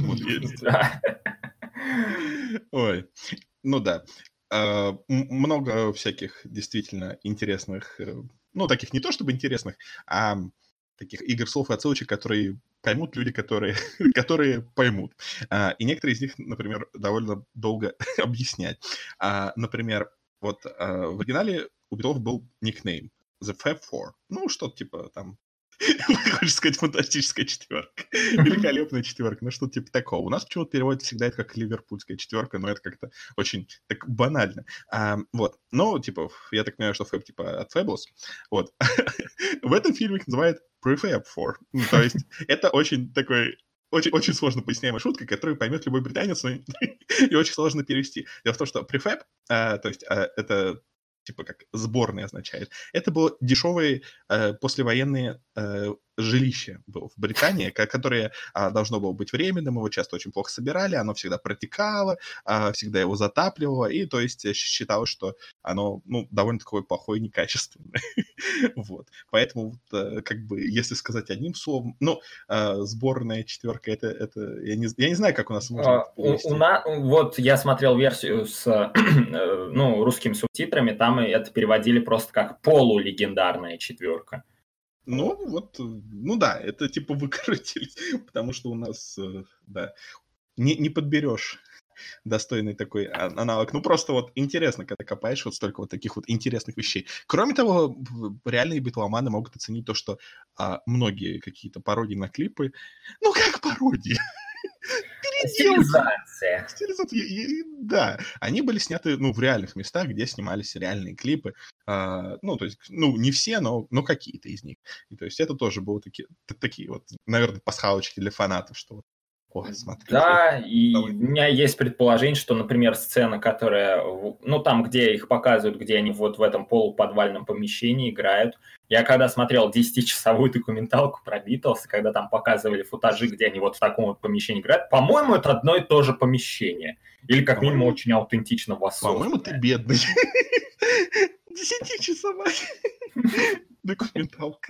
[SPEAKER 1] Ой, ну да. Много всяких действительно интересных, таких не то чтобы интересных, а таких игр слов и отсылочек, которые поймут люди, которые поймут. И некоторые из них, например, довольно долго объяснять. Например, вот в оригинале у Битлов был никнейм The Fab Four. Что-то типа там... Хочешь сказать, фантастическая четверка. Великолепная четверка. Что-то типа такого. У нас почему-то переводят всегда это как ливерпульская четверка, но это как-то очень так банально. Вот. Я так понимаю, что Fab типа от Fabulous. Вот. В этом фильме их называют Prefab Four. То есть это очень такой... Очень сложно поясняемая шутка, которую поймет любой британец, и очень сложно перевести. Дело в том, что prefab, то есть это типа как сборные означает, это были дешевые послевоенные жилище было в Британии, которое должно было быть временным, его часто очень плохо собирали, оно всегда протекало, всегда его затапливало, и то есть считалось, что оно, довольно такое плохое и некачественное. Вот. Поэтому, как бы, если сказать одним словом, сборная четверка, это я не знаю, как у нас можно
[SPEAKER 3] вот я смотрел версию с русскими субтитрами, там это переводили просто как полулегендарная четверка.
[SPEAKER 1] Да, это типа выкрутились, потому что у нас, не подберешь достойный такой аналог. Просто вот интересно, когда копаешь вот столько вот таких вот интересных вещей. Кроме того, реальные битломаны могут оценить то, что многие какие-то пародии на клипы, как пародии?
[SPEAKER 3] Стилизация.
[SPEAKER 1] Да, они были сняты, в реальных местах, где снимались реальные клипы. То есть, не все, но какие-то из них. И то есть это тоже было такие вот, наверное, пасхалочки для фанатов, что смотрите.
[SPEAKER 3] Да, и у меня есть предположение, что, например, сцена, которая, там, где их показывают, где они вот в этом полуподвальном помещении играют. Я когда смотрел 10-часовую документалку про Битлз, когда там показывали футажи, где они вот в таком вот помещении играют, по-моему, это одно и то же помещение. Или, как минимум, очень аутентично воссозданное.
[SPEAKER 1] По-моему, ты бедный. 10-часовая документалка.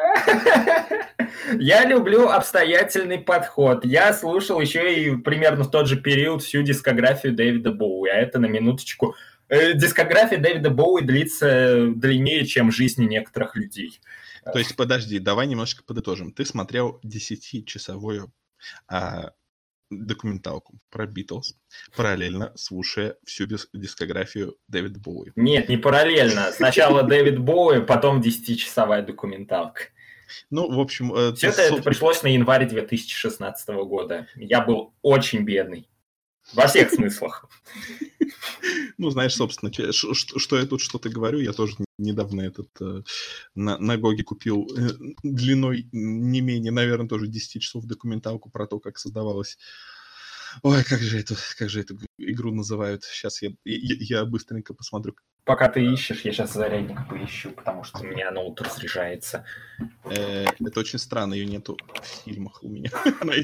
[SPEAKER 3] Я люблю обстоятельный подход. Я слушал еще и примерно в тот же период всю дискографию Дэвида Боуи. А это на минуточку. Дискография Дэвида Боуи длится длиннее, чем жизни некоторых людей.
[SPEAKER 1] То есть, подожди, давай немножко подытожим. Ты смотрел 10-часовую документалку про Битлз, параллельно слушая всю дискографию Дэвида Боуи.
[SPEAKER 3] Нет, не параллельно. Сначала Дэвид Боуи, потом 10-часовая документалка.
[SPEAKER 1] В общем...
[SPEAKER 3] Все это пришлось на январь 2016 года. Я был очень бедный. Во всех смыслах.
[SPEAKER 1] Знаешь, собственно, что я тут что-то говорю, я тоже недавно на Гоге купил длиной не менее, наверное, тоже 10 часов документалку про то, как создавалась... Ой, как же эту игру называют? Сейчас я быстренько посмотрю.
[SPEAKER 3] Пока ты ищешь, я сейчас зарядник поищу, потому что у меня ноут разряжается.
[SPEAKER 1] Это очень странно, ее нету в фильмах у меня.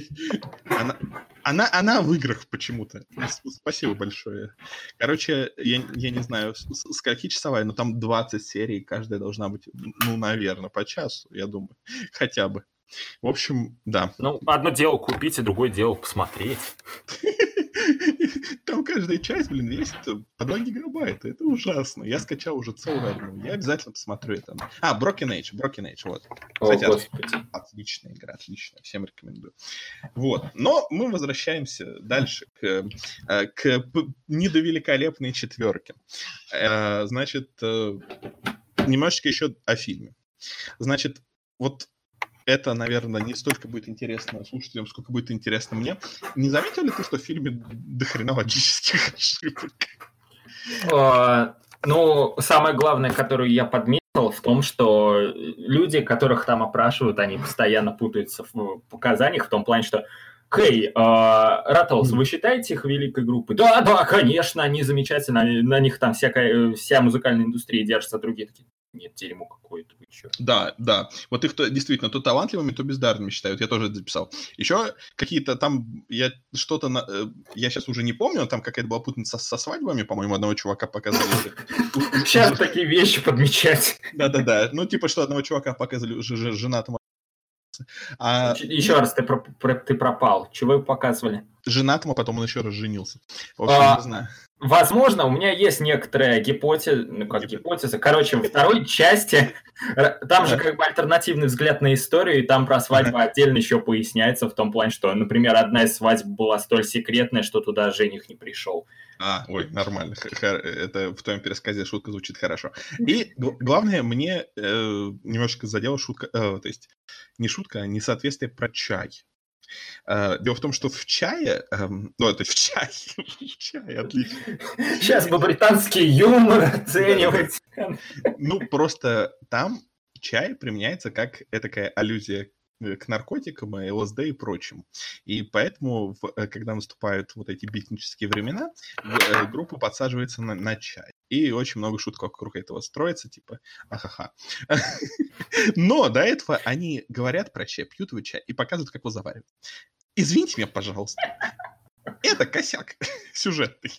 [SPEAKER 1] Она в играх почему-то. Спасибо большое. Короче, я не знаю, скольки часовая, но там 20 серий, каждая должна быть, наверное, по часу, я думаю, хотя бы. В общем, да.
[SPEAKER 3] Одно дело купить, и другое дело посмотреть.
[SPEAKER 1] Там каждая часть, весит по 2 гигабайта. Это ужасно. Я скачал уже целую одну. Я обязательно посмотрю это. Broken Age, вот. Кстати, отличная игра, отличная. Всем рекомендую. Вот. Но мы возвращаемся дальше к недовеликолепной четверке. Значит, немножечко еще о фильме. Значит, вот это, наверное, не столько будет интересно слушателям, сколько будет интересно мне. Не заметил ли ты, что в фильме дохрена логических ошибок?
[SPEAKER 3] Самое главное, которое я подметил, в том, что люди, которых там опрашивают, они постоянно путаются в показаниях, в том плане, что Раттлс, вы считаете их великой группой? Да, конечно, они замечательные, на них там вся музыкальная индустрия держится, другие такие. Нет, дерьмо какое-то, вы чё?
[SPEAKER 1] Да. Вот их действительно то талантливыми, то бездарными считают. Я тоже это записал. Еще какие-то там... Я сейчас уже не помню, там какая-то была путаница со свадьбами, по-моему, одного чувака показывали.
[SPEAKER 3] Сейчас такие вещи подмечать.
[SPEAKER 1] Да. Что одного чувака показывали уже женатому.
[SPEAKER 3] Еще раз, ты пропал. Чего вы показывали?
[SPEAKER 1] Женатому, потом он еще раз женился. В общем, не знаю.
[SPEAKER 3] Возможно, у меня есть некоторая гипотеза. Короче, во второй части там же как бы альтернативный взгляд на историю, и там про свадьбу отдельно еще поясняется в том плане, что, например, одна из свадьб была столь секретная, что туда жених не пришел.
[SPEAKER 1] Нормально. Это в твоем пересказе шутка звучит хорошо. И главное, мне немножко задела шутка, то есть не шутка, а несоответствие про чай. Дело в том, что в чае... это в чае, отлично.
[SPEAKER 3] Сейчас бы британский юмор оценивать.
[SPEAKER 1] Просто там чай применяется как такая аллюзия к наркотикам, ЛСД и прочему. И поэтому, когда наступают вот эти битнические времена, группа подсаживается на чай. и очень много шуток вокруг этого строится, типа, ахаха. Но до этого они говорят про чай, пьют его чай и показывают, как его заваривают. Извините меня, пожалуйста. Это косяк сюжетный.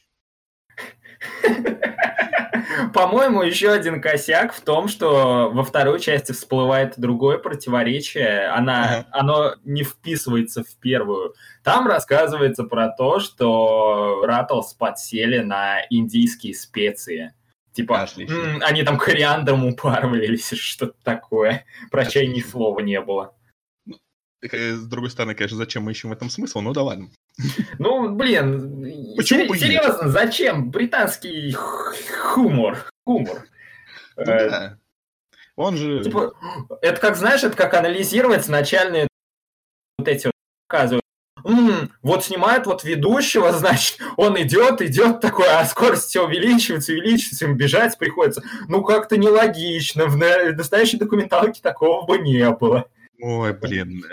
[SPEAKER 3] По-моему, еще один косяк в том, что во второй части всплывает другое противоречие. Оно не вписывается в первую. Там рассказывается про то, что Раттлс подсели на индийские специи. Типа, они там кориандром упарывали или что-то такое. Про чай ни слова не было.
[SPEAKER 1] С другой стороны, конечно, зачем мы ищем в этом смысл? Ну да ладно.
[SPEAKER 3] Ну, блин, серьезно, зачем? Британский хумор. Ну,
[SPEAKER 1] да. Он же...
[SPEAKER 3] Типа, это как, знаешь, это как анализировать начальные вот эти вот показывают. Вот снимает вот ведущего, значит, он идет такой, а скорость все увеличивается, им бежать приходится. Ну, как-то нелогично. В настоящей документалке такого бы не было.
[SPEAKER 1] Ой, блин,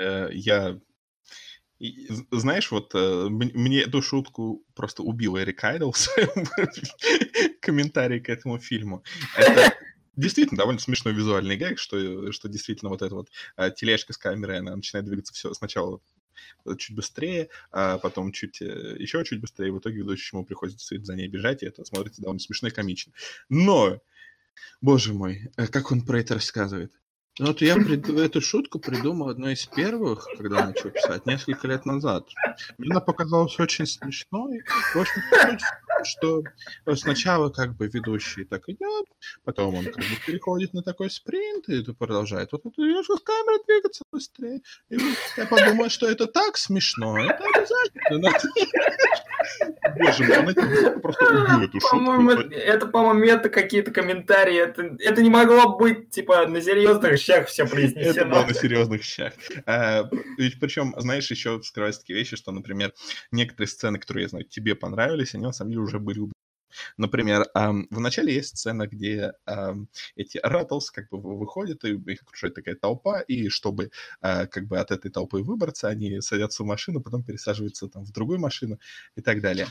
[SPEAKER 1] знаешь, вот мне эту шутку просто убил Эрик Айдл в своем комментарии к этому фильму. Это действительно довольно смешной визуальный гэг, что действительно вот эта вот тележка с камерой, она начинает двигаться все сначала чуть быстрее, а потом еще чуть быстрее, и в итоге ведущему приходится за ней бежать, и это смотрится довольно смешно и комично. Но, боже мой, как он про это рассказывает? Ну, вот я эту шутку придумал одной из первых, когда начал писать, несколько лет назад. Мне она показалась очень смешной. В общем, что сначала как бы ведущий так идет, потом он как бы переходит на такой спринт и продолжает вот эту камеру двигаться быстрее. И я подумал, что это так смешно, это обязательно. Боже мой, он просто убил эту шутку.
[SPEAKER 3] По-моему, это какие-то комментарии. Это не могло быть, типа, на серьезных щах все произнесено.
[SPEAKER 1] Это было на серьезных щах. Причем, знаешь, еще вскрываются такие вещи, что, например, некоторые сцены, которые, я знаю, тебе понравились, они на самом деле уже были убиты. Например, в начале есть сцена, где эти Раттлс как бы выходят, и их окружает такая толпа, и чтобы как бы от этой толпы выбраться, они садятся в машину, потом пересаживаются там в другую машину и так далее.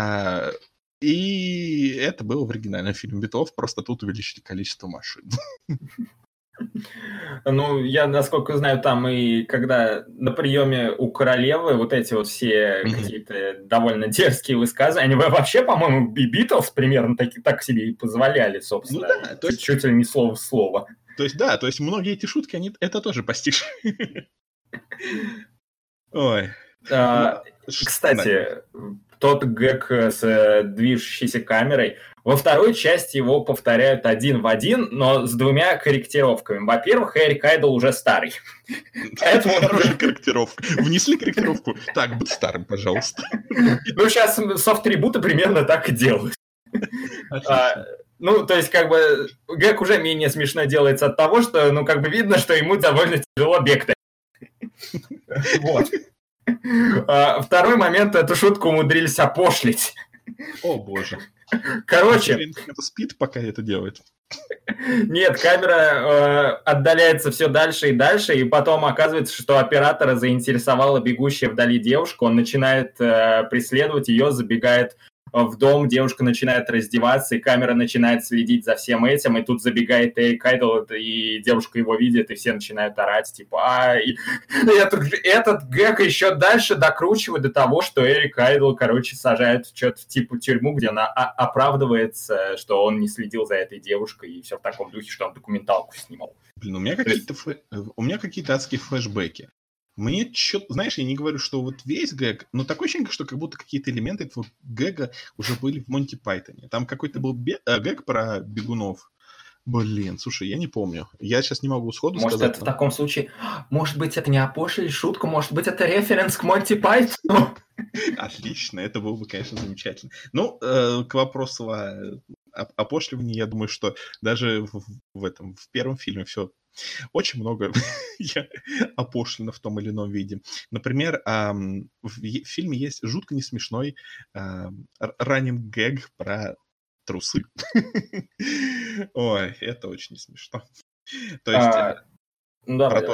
[SPEAKER 1] И это было в оригинальном фильме «Битлов», просто тут увеличили количество машин.
[SPEAKER 3] Ну, я, насколько знаю, там и когда на приеме у королевы вот эти вот все какие-то довольно дерзкие высказывания, они вообще, по-моему, и Битлз примерно так себе и позволяли, собственно,
[SPEAKER 1] ну, да,
[SPEAKER 3] чуть ли не слово в слово.
[SPEAKER 1] То есть многие эти шутки, они это тоже постигли. Ой.
[SPEAKER 3] Кстати, тот гэг с движущейся камерой, во второй части его повторяют один в один, но с двумя корректировками. Во-первых, Эрик Айдл уже старый.
[SPEAKER 1] Хорошая корректировка. Внесли корректировку. Так, будь старым, пожалуйста.
[SPEAKER 3] Ну, сейчас софт-трибуты примерно так и делают. Ну, то есть, как бы, гэг уже менее смешно делается от того, что, ну, как бы видно, что ему довольно тяжело бегать. Вот. Второй момент, эту шутку умудрились опошлить.
[SPEAKER 1] О, боже.
[SPEAKER 3] Короче...
[SPEAKER 1] Это спит, пока это делает?
[SPEAKER 3] Нет, камера отдаляется все дальше и дальше, и потом оказывается, что оператора заинтересовала бегущая вдали девушка, он начинает преследовать ее, забегает в дом, девушка начинает раздеваться, и камера начинает следить за всем этим, и тут забегает Эрик Айдл, и девушка его видит, и все начинают орать, типа, этот гэг еще дальше докручивает до того, что Эрик Айдл, короче, сажает что-то типа тюрьму, где она оправдывается, что он не следил за этой девушкой, и все в таком духе, что он документалку снимал.
[SPEAKER 1] Блин, у меня какие-то адские флешбеки. Мне что-то, знаешь, я не говорю, что вот весь гэг, но такое ощущение, что как будто какие-то элементы этого гэга уже были в Монти Пайтоне. Там какой-то был гэг про бегунов. Блин, слушай, я не помню. Я сейчас не могу сходу сказать.
[SPEAKER 3] Может, это в таком случае... Может быть, это не опошлили шутку? Может быть, это референс к Монти Пайтону?
[SPEAKER 1] Отлично, это было бы, конечно, замечательно. Ну, к вопросу о опошливании, я думаю, что даже в первом фильме все очень много опошлено в том или ином виде. Например, в фильме есть жутко несмешной раннинг гэг про трусы. Ой, это очень не смешно. То есть...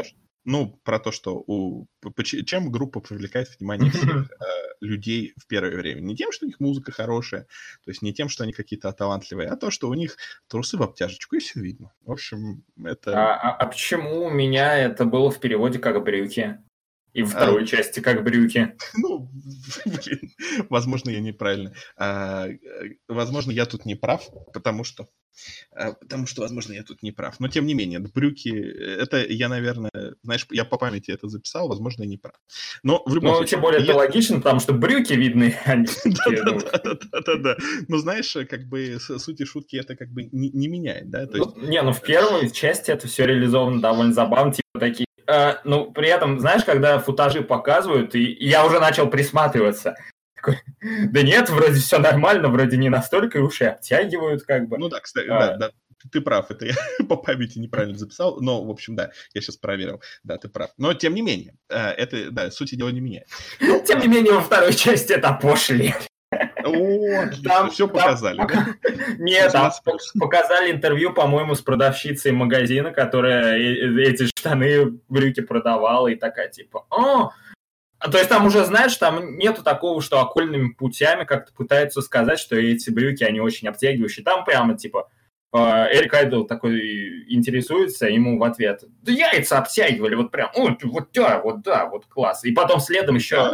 [SPEAKER 1] про то, что чем группа привлекает внимание всех людей в первое время. Не тем, что у них музыка хорошая, то есть не тем, что они какие-то талантливые, а то, что у них трусы в обтяжечку, и все видно. В общем, это...
[SPEAKER 3] А почему у меня это было в переводе как брюки? И во второй части как брюки?
[SPEAKER 1] Блин, возможно, я неправильно. Возможно, я тут не прав, потому что, возможно, я тут не прав. Но, тем не менее, брюки, это я, наверное, знаешь, я по памяти это записал, возможно, я не прав. Но в любом случае...
[SPEAKER 3] тем более это логично, потому что брюки видны.
[SPEAKER 1] Да-да-да. Но, знаешь, как бы сути шутки это как бы не меняет, да?
[SPEAKER 3] В первой части это все реализовано довольно забавно, типа такие. Но при этом, знаешь, когда футажи показывают, и я уже начал присматриваться. Такой, да нет, вроде все нормально, вроде не настолько уж и обтягивают, как бы.
[SPEAKER 1] Ну да, кстати, да, ты прав, это я по памяти неправильно записал, но, в общем, да, я сейчас проверил, да, ты прав. Но, тем не менее, это, да, сути дела не меняет.
[SPEAKER 3] Тем не менее, во второй части это пошли.
[SPEAKER 1] Там все показали.
[SPEAKER 3] Нет, там показали интервью, по-моему, с продавщицей магазина, которая эти штаны, брюки продавала, и такая типа, то есть там уже, знаешь, там нету такого, что окольными путями как-то пытаются сказать, что эти брюки, они очень обтягивающие. Там прямо типа Эрик Айдл такой интересуется, ему в ответ, да яйца обтягивали, вот прям, вот класс. И потом следом еще...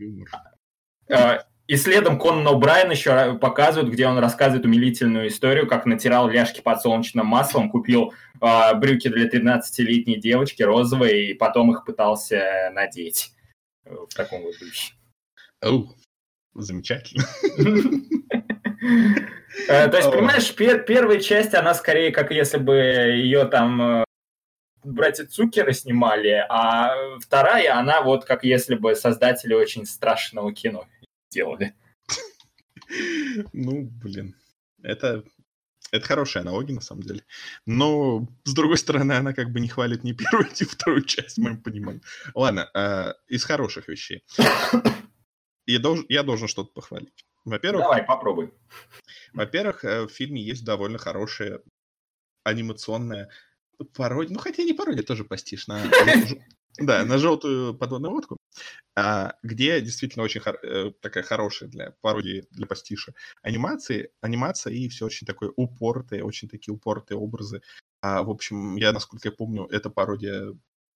[SPEAKER 3] И следом Конан О'Брайен еще показывает, где он рассказывает умилительную историю, как натирал ляжки подсолнечным маслом, купил брюки для 13-летней девочки розовые, и потом их пытался надеть. В таком вот духе.
[SPEAKER 1] Замечательно.
[SPEAKER 3] То есть, понимаешь, первая часть, она скорее, как если бы ее там братья Цукеры снимали, а вторая, она вот как если бы создатели очень страшного кино делали.
[SPEAKER 1] Блин, это хорошая аналогия, на самом деле. Но, с другой стороны, она как бы не хвалит ни первую, ни вторую часть, в моем понимании. Ладно, из хороших вещей. Я должен что-то похвалить. Во-первых...
[SPEAKER 3] Давай, попробуй.
[SPEAKER 1] Во-первых, в фильме есть довольно хорошая анимационная пародия. Хотя не пародия, тоже пастишь на желтую подводную лодку, где действительно очень такая хорошая для пародии, для пастиша анимация и все очень такое упоротое, очень такие упоротые образы. В общем, насколько я помню, эта пародия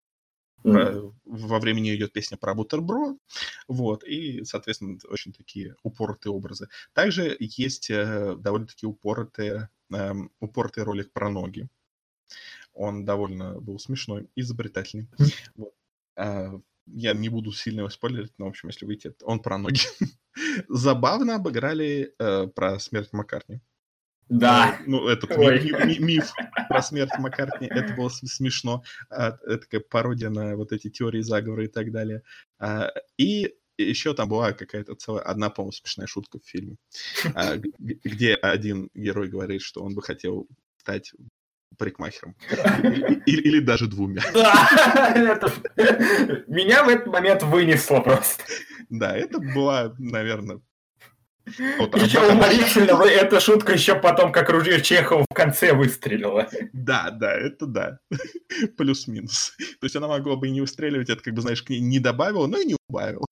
[SPEAKER 1] во времени идет песня про бутерброд, и, соответственно, очень такие упоротые образы. Также есть довольно-таки упоротый ролик про ноги. Он довольно был смешной, изобретательный. Я не буду сильно его спойлерить, но, в общем, если выйти, он про ноги. Забавно обыграли про смерть Маккартни.
[SPEAKER 3] Да.
[SPEAKER 1] Этот миф про смерть Маккартни, это было смешно. Это такая пародия на вот эти теории заговора и так далее. И еще там была какая-то одна, по-моему, смешная шутка в фильме, где один герой говорит, что он бы хотел стать парикмахером. Или даже двумя.
[SPEAKER 3] Меня в этот момент вынесло просто.
[SPEAKER 1] Да, это была, наверное...
[SPEAKER 3] Еще уморительно, эта шутка еще потом, как ружье Чехова, в конце выстрелила.
[SPEAKER 1] Да, это да. Плюс-минус. То есть она могла бы и не выстреливать, это, как бы, знаешь, к ней не добавила, но и не убавила.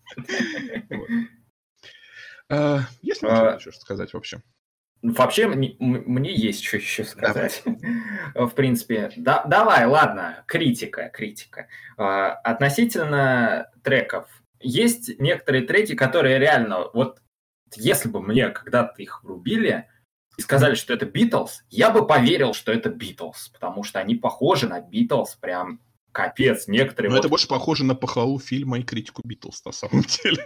[SPEAKER 1] Есть ли еще что сказать вообще?
[SPEAKER 3] Вообще, мне есть что еще сказать. В принципе, давай, ладно, критика. Относительно треков. Есть некоторые треки, которые реально, вот если бы мне когда-то их врубили и сказали, что это Битлз, я бы поверил, что это Битлз, потому что они похожи на Битлз, прям капец. Некоторые...
[SPEAKER 1] Но это больше похоже на похвалу фильма и критику Битлз, на самом деле.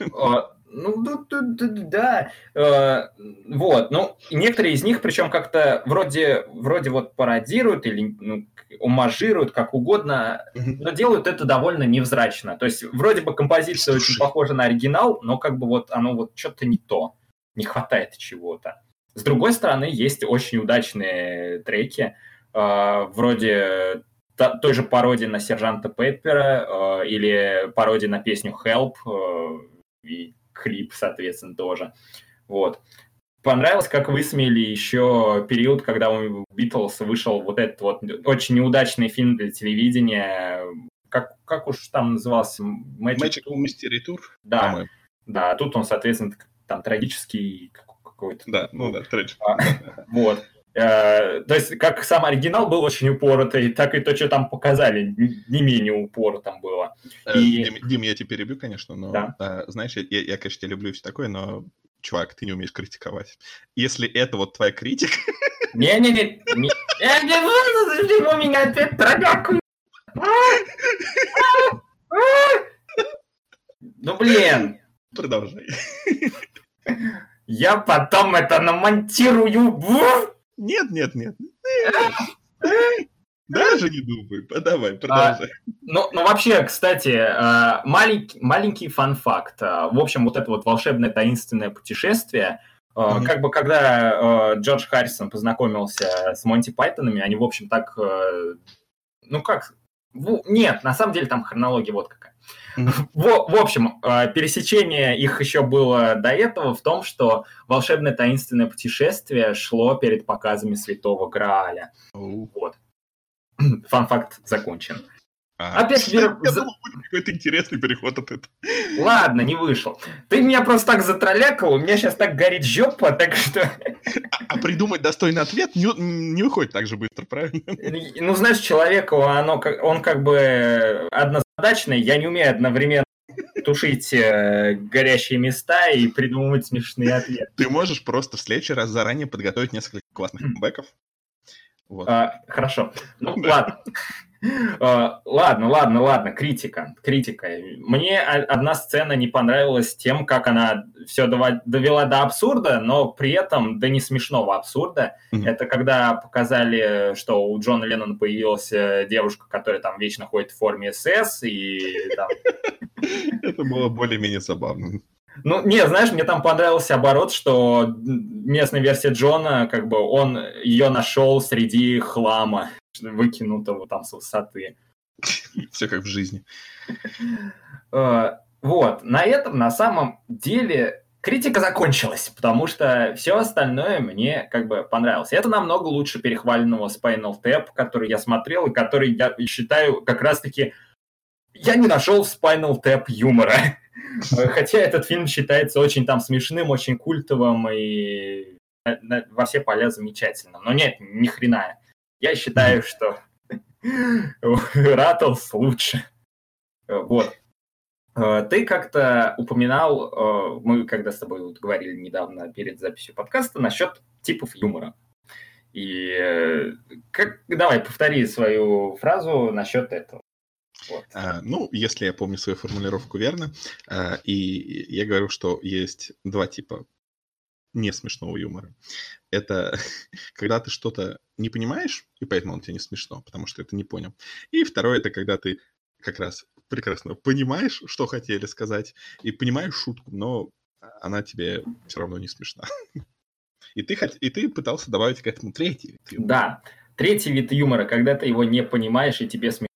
[SPEAKER 3] Да. Некоторые из них, причем как-то вроде вот пародируют или омажируют, как угодно, но делают это довольно невзрачно. То есть вроде бы композиция очень похожа на оригинал, но как бы вот оно вот что-то не то. Не хватает чего-то. С другой стороны, есть очень удачные треки, вроде той же пародии на Сержанта Пеппера или пародии на песню Help и клип, соответственно, тоже. Понравилось, как высмеяли еще период, когда у Битлз вышел вот этот вот очень неудачный фильм для телевидения как уж там назывался?
[SPEAKER 1] Magic Mystery Tour?
[SPEAKER 3] Да,
[SPEAKER 1] по-моему.
[SPEAKER 3] да, тут он, соответственно, там трагический какой-то.
[SPEAKER 1] Да, ну да, трагический.
[SPEAKER 3] Вот. То есть, как сам оригинал был очень упоротый, так и то, что там показали, не менее упоротым было.
[SPEAKER 1] Дим, я тебя перебью, конечно, но,
[SPEAKER 3] да.
[SPEAKER 1] Знаешь, я, конечно, тебя люблю и все такое, но, чувак, ты не умеешь критиковать. Если это вот твоя критика...
[SPEAKER 3] Не-не-не, я не буду, у меня опять травяку. Ну, блин.
[SPEAKER 1] Продолжай.
[SPEAKER 3] Я потом это намонтирую.
[SPEAKER 1] Нет. Даже не думай. Давай, продолжай.
[SPEAKER 3] Ну, вообще, кстати, маленький фан-факт. В общем, вот это вот волшебное таинственное путешествие, как бы когда Джордж Харрисон познакомился с Монти Пайтонами, они, в общем, так... Нет, на самом деле там хронология вот какая. В общем, пересечение их еще было до этого в том, что волшебное таинственное путешествие шло перед показами Святого Грааля. Вот. Фан-факт закончен. Опять
[SPEAKER 1] я думал, будет какой-то интересный переход от этого.
[SPEAKER 3] Ладно, не вышел. Ты меня просто так затроллякал, у меня сейчас так горит жопа, так что...
[SPEAKER 1] А придумать достойный ответ не выходит так же быстро, правильно?
[SPEAKER 3] Ну, знаешь, человеку, он как бы однозадачный, я не умею одновременно тушить горящие места и придумывать смешные ответы.
[SPEAKER 1] Ты можешь просто в следующий раз заранее подготовить несколько классных камбэков. Вот.
[SPEAKER 3] Хорошо. Ну, ладно. Критика. Мне одна сцена не понравилась тем, как она все довела до абсурда, но при этом до не смешного абсурда. Это когда показали, что у Джона Леннона появилась девушка, которая там вечно ходит в форме СС, и там...
[SPEAKER 1] Это было более-менее забавно.
[SPEAKER 3] Ну, не, знаешь, мне там понравился оборот, что местная версия Джона, как бы он ее нашел среди хлама, выкинутого там с высоты.
[SPEAKER 1] Все как в жизни.
[SPEAKER 3] Вот, на этом на самом деле критика закончилась, потому что все остальное мне как бы понравилось. Это намного лучше перехваленного Spinal Tap, который я смотрел, и который, я считаю, как раз-таки... Я не нашел в Spinal Tap юмора. Хотя этот фильм считается очень там смешным, очень культовым и во все поля замечательным. Но нет, ни хрена. Я считаю, что Раттлс лучше. Вот. Ты как-то упоминал, мы когда с тобой вот говорили недавно перед записью подкаста, насчет типов юмора. И давай, повтори свою фразу насчет этого. Вот.
[SPEAKER 1] Если я помню свою формулировку верно, и я говорю, что есть два типа не смешного юмора. Это когда ты что-то не понимаешь, и поэтому он тебе не смешно, потому что ты не понял. И второе, это когда ты как раз прекрасно понимаешь, что хотели сказать, и понимаешь шутку, но она тебе все равно не смешна. И ты пытался добавить к этому третий вид юмора.
[SPEAKER 3] Да, третий вид юмора, когда ты его не понимаешь, и тебе смешно.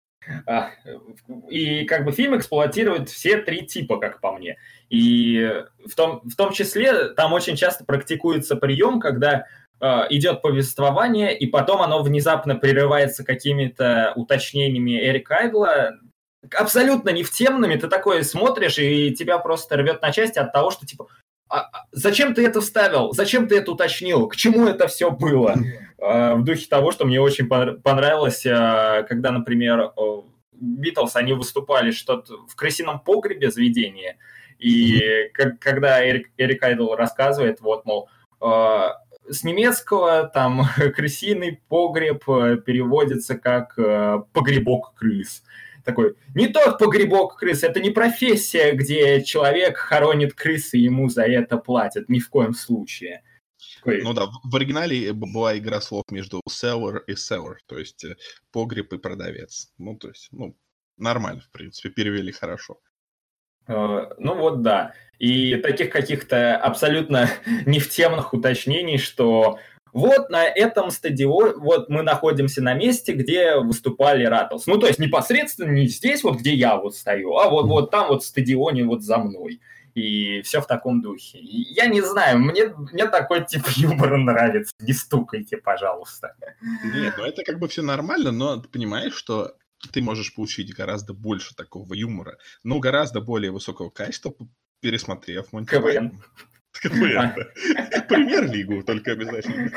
[SPEAKER 3] И как бы фильм эксплуатирует все три типа, как по мне. И в том числе там очень часто практикуется прием, когда идет повествование, и потом оно внезапно прерывается какими-то уточнениями Эрика Айдла, абсолютно не в темными. Ты такое смотришь, и тебя просто рвет на части от того, что типа зачем ты это вставил? Зачем ты это уточнил? К чему это все было? В духе того, что мне очень понравилось, когда, например, Битлз, они выступали что-то в крысином погребе заведения, и когда Эрик Айдл рассказывает, вот, мол, с немецкого там крысиный погреб переводится как погребок крыс. Такой, не тот погребок крыс, это не профессия, где человек хоронит крысы, и ему за это платят, ни в коем случае. Такой...
[SPEAKER 1] Ну да, в оригинале была игра слов между seller и seller, то есть погреб и продавец. Нормально, в принципе, перевели хорошо.
[SPEAKER 3] Ну вот да. И таких каких-то абсолютно не в темных уточнений, что вот на этом стадионе, вот мы находимся на месте, где выступали Раттлс. Ну, то есть непосредственно не здесь, вот где я вот стою, а вот там вот стадионе вот за мной. И все в таком духе. И я не знаю, мне такой тип юмора нравится. Не стукайте, пожалуйста.
[SPEAKER 1] Нет, это как бы все нормально, но ты понимаешь, что ты можешь получить гораздо больше такого юмора, но гораздо более высокого качества, пересмотрев Монти
[SPEAKER 3] КВН.
[SPEAKER 1] Пайтон. КВН, да. Премьер-лигу только обязательно.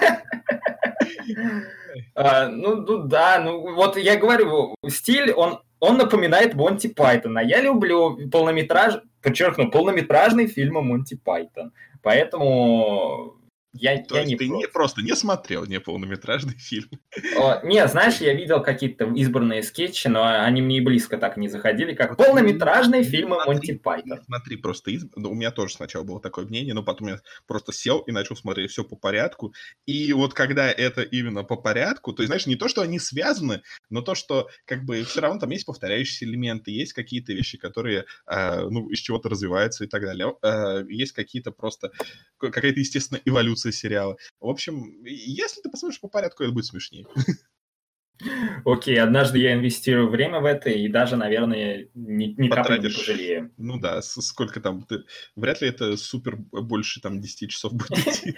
[SPEAKER 3] Да, вот я говорю, стиль, он напоминает Монти Пайтона. Я люблю полнометражные фильмы Монти Пайтон. Поэтому я не
[SPEAKER 1] ты просто не смотрел неполнометражный фильм?
[SPEAKER 3] Не, знаешь, я видел какие-то избранные скетчи, но они мне и близко так не заходили, как полнометражные фильмы Монти Пайтон.
[SPEAKER 1] Смотри, просто у меня тоже сначала было такое мнение, но потом я просто сел и начал смотреть все по порядку. И вот когда это именно по порядку, то есть, знаешь, не то, что они связаны, но то, что как бы все равно там есть повторяющиеся элементы, есть какие-то вещи, которые из чего-то развиваются и так далее. Есть какие-то просто какая-то, естественно, эволюция сериала. В общем, если ты посмотришь по порядку, это будет смешнее.
[SPEAKER 3] Окей, однажды я инвестирую время в это и даже, наверное, ни капли не пожалею.
[SPEAKER 1] Ну да, сколько там... Вряд ли это супер больше там 10 часов будет идти.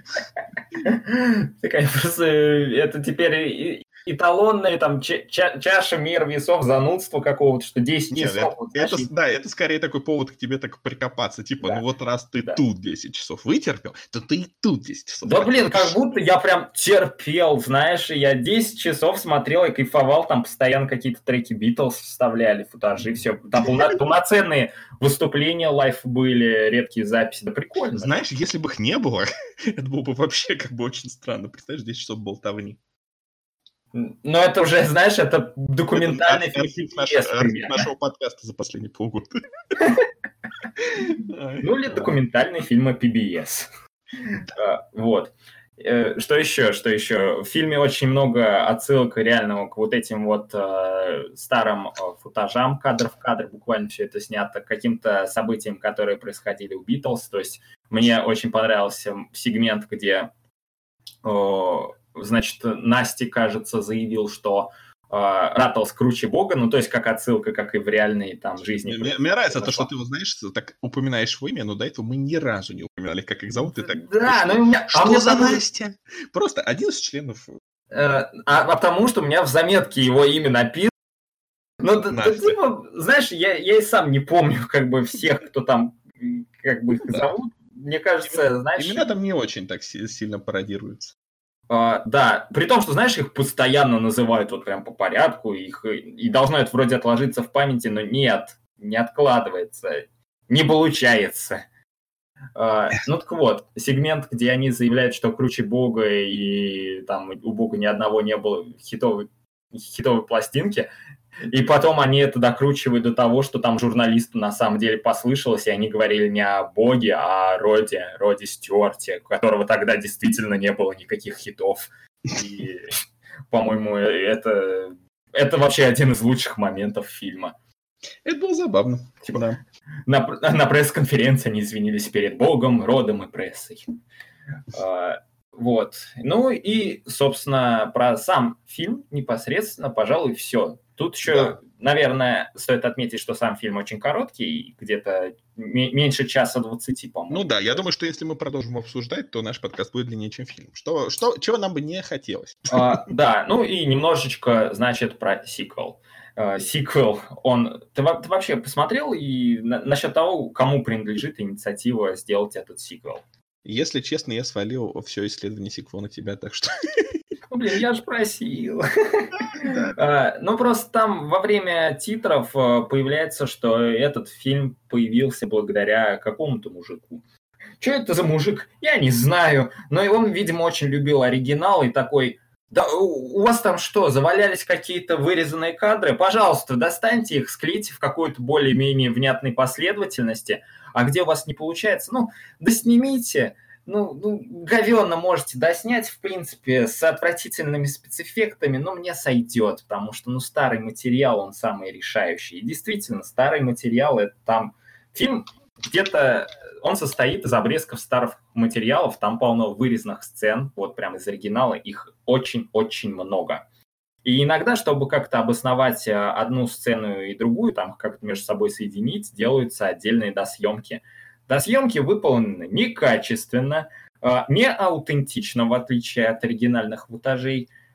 [SPEAKER 3] Такая просто... Это теперь эталонная там чаша мер весов занудства какого-то, что 10 часов...
[SPEAKER 1] Это скорее такой повод к тебе так прикопаться. Типа, ну вот раз ты тут 10 часов вытерпел, то ты и тут 10 часов.
[SPEAKER 3] Да блин, как будто я прям терпел, знаешь, и я 10 часов смотрел и кайфовал, там постоянно какие-то треки Битлз вставляли, футажи, все. Там полноценные выступления лайв были, редкие записи. Да прикольно.
[SPEAKER 1] Знаешь, если бы их не было, это было бы вообще как бы очень странно. Представляешь, 10 часов болтовни.
[SPEAKER 3] Но это уже, знаешь, это документальный фильм
[SPEAKER 1] нашего подкаста за последние полгода.
[SPEAKER 3] Ну или документальный фильм PBS. Вот. Что еще? В фильме очень много отсылок реально к вот этим вот старым футажам, кадр в кадр, буквально все это снято, к каким-то событиям, которые происходили у Битлз. То есть мне очень понравился сегмент, где, значит, Насти, кажется, заявил, что Раттлс круче Бога, ну, то есть как отсылка, как и в реальной там жизни.
[SPEAKER 1] Мне нравится то, что ты, знаешь, так упоминаешь его имя, но до этого мы ни разу не упоминали, как их зовут. И так,
[SPEAKER 3] да, ну у меня...
[SPEAKER 1] Что за Настя? Просто один из членов...
[SPEAKER 3] Потому что у меня в заметке его имя написано. Ну, типа, знаешь, я и сам не помню, как бы, всех, кто там, как бы, их зовут. Мне кажется, знаешь...
[SPEAKER 1] Имена там не очень так сильно пародируются.
[SPEAKER 3] Да, при том, что, знаешь, их постоянно называют вот прям по порядку, и должно это вроде отложиться в памяти, но нет, не откладывается, не получается. Ну так вот, сегмент, где они заявляют, что круче Бога, и там у Бога ни одного не было хитовой пластинки, и потом они это докручивают до того, что там журналисту на самом деле послышалось, и они говорили не о Боге, а о Роде Стюарте, у которого тогда действительно не было никаких хитов. И, по-моему, это вообще один из лучших моментов фильма.
[SPEAKER 1] Это было забавно.
[SPEAKER 3] Типа, да. На пресс-конференции они извинились перед Богом, Родом и прессой. Вот. Ну и, собственно, про сам фильм непосредственно, пожалуй, все. Тут еще, наверное, стоит отметить, что сам фильм очень короткий, где-то меньше часа 20, по-моему.
[SPEAKER 1] Ну да, я думаю, что если мы продолжим обсуждать, то наш подкаст будет длиннее, чем фильм. Чего нам бы не хотелось.
[SPEAKER 3] Да, ну и немножечко, значит, про сиквел. Сиквел, Ты вообще посмотрел и насчет того, кому принадлежит инициатива сделать этот сиквел?
[SPEAKER 1] Если честно, я свалил все исследование сиквела на тебя, так что...
[SPEAKER 3] Блин, я же просил. Ну, просто там во время титров появляется, что этот фильм появился благодаря какому-то мужику. Что это за мужик? Я не знаю. Но он, видимо, очень любил оригинал и такой... Да у вас там что, завалялись какие-то вырезанные кадры? Пожалуйста, достаньте их, склейте в какой-то более-менее внятной последовательности. А где у вас не получается? Ну, да снимите. Ну, говенно можете доснять, в принципе, с отвратительными спецэффектами, но мне сойдет, потому что, старый материал, он самый решающий. И действительно, старый материал, это там... Фильм где-то... Он состоит из обрезков старых материалов, там полно вырезанных сцен, вот прямо из оригинала, их очень-очень много. И иногда, чтобы как-то обосновать одну сцену и другую, там как-то между собой соединить, делаются отдельные досъемки. Досъемки выполнены некачественно, не аутентично, в отличие от оригинальных футажей.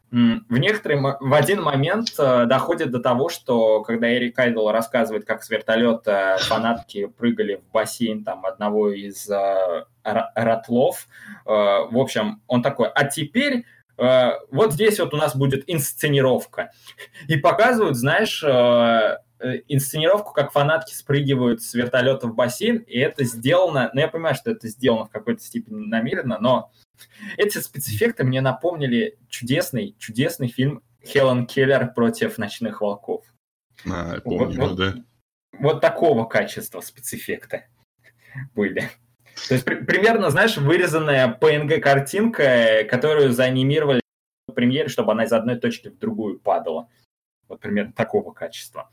[SPEAKER 3] В один момент доходит до того, что когда Эрик Айдл рассказывает, как с вертолета фанатки прыгали в бассейн там одного из ратлов, в общем, он такой, а теперь вот здесь вот у нас будет инсценировка. И показывают, знаешь, инсценировку, как фанатки спрыгивают с вертолета в бассейн, и это сделано, ну я понимаю, что это сделано в какой-то степени намеренно, но эти спецэффекты мне напомнили чудесный фильм «Хелен Келлер против ночных волков».
[SPEAKER 1] Помню, да.
[SPEAKER 3] Вот такого качества спецэффекты были. То есть примерно, знаешь, вырезанная PNG-картинка, которую заанимировали в премьере, чтобы она из одной точки в другую падала. Вот примерно такого качества.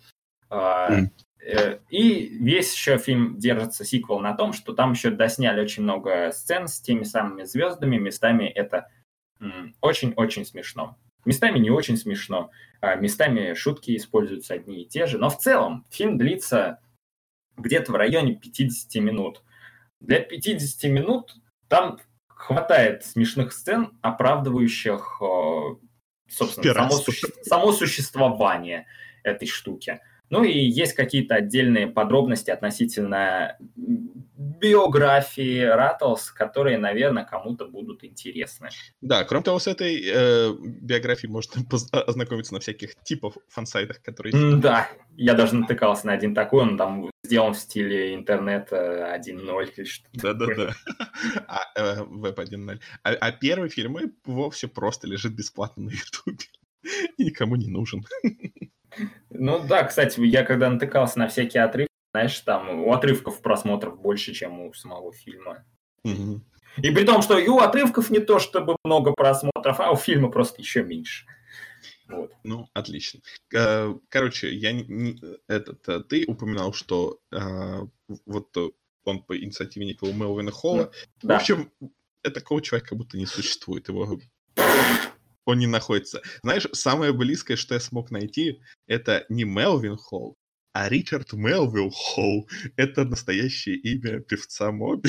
[SPEAKER 3] И весь еще фильм держится, сиквел, на том, что там еще досняли очень много сцен с теми самыми звездами. Местами это очень-очень смешно. Местами не очень смешно. Местами шутки используются одни и те же. Но в целом фильм длится где-то в районе 50 минут. Для 50 минут там хватает смешных сцен, оправдывающих, собственно, само существование этой штуки. Ну и есть какие-то отдельные подробности относительно биографии Раттлс, которые, наверное, кому-то будут интересны.
[SPEAKER 1] Да, кроме того, с этой биографией можно ознакомиться на всяких типов фан-сайтах, которые...
[SPEAKER 3] Да, я даже натыкался на один такой, он там сделан в стиле интернета 1.0 или что-то.
[SPEAKER 1] Да-да-да, веб 1.0. А первый фильм и вовсе просто лежит бесплатно на Ютубе. И никому не нужен.
[SPEAKER 3] Ну да, кстати, я когда натыкался на всякие отрывки, знаешь, там у отрывков просмотров больше, чем у самого фильма.
[SPEAKER 1] Угу.
[SPEAKER 3] И при том, что и у отрывков не то чтобы много просмотров, а у фильма просто еще меньше. Вот.
[SPEAKER 1] Ну, отлично. Короче, ты упоминал, что вот он по инициативе некого Мелвина Холла. Да. В общем, такого человека как будто не существует. Он не находится. Знаешь, самое близкое, что я смог найти, это не Мелвин Холл, а Ричард Мелвилл Холл. Это настоящее имя певца Моби.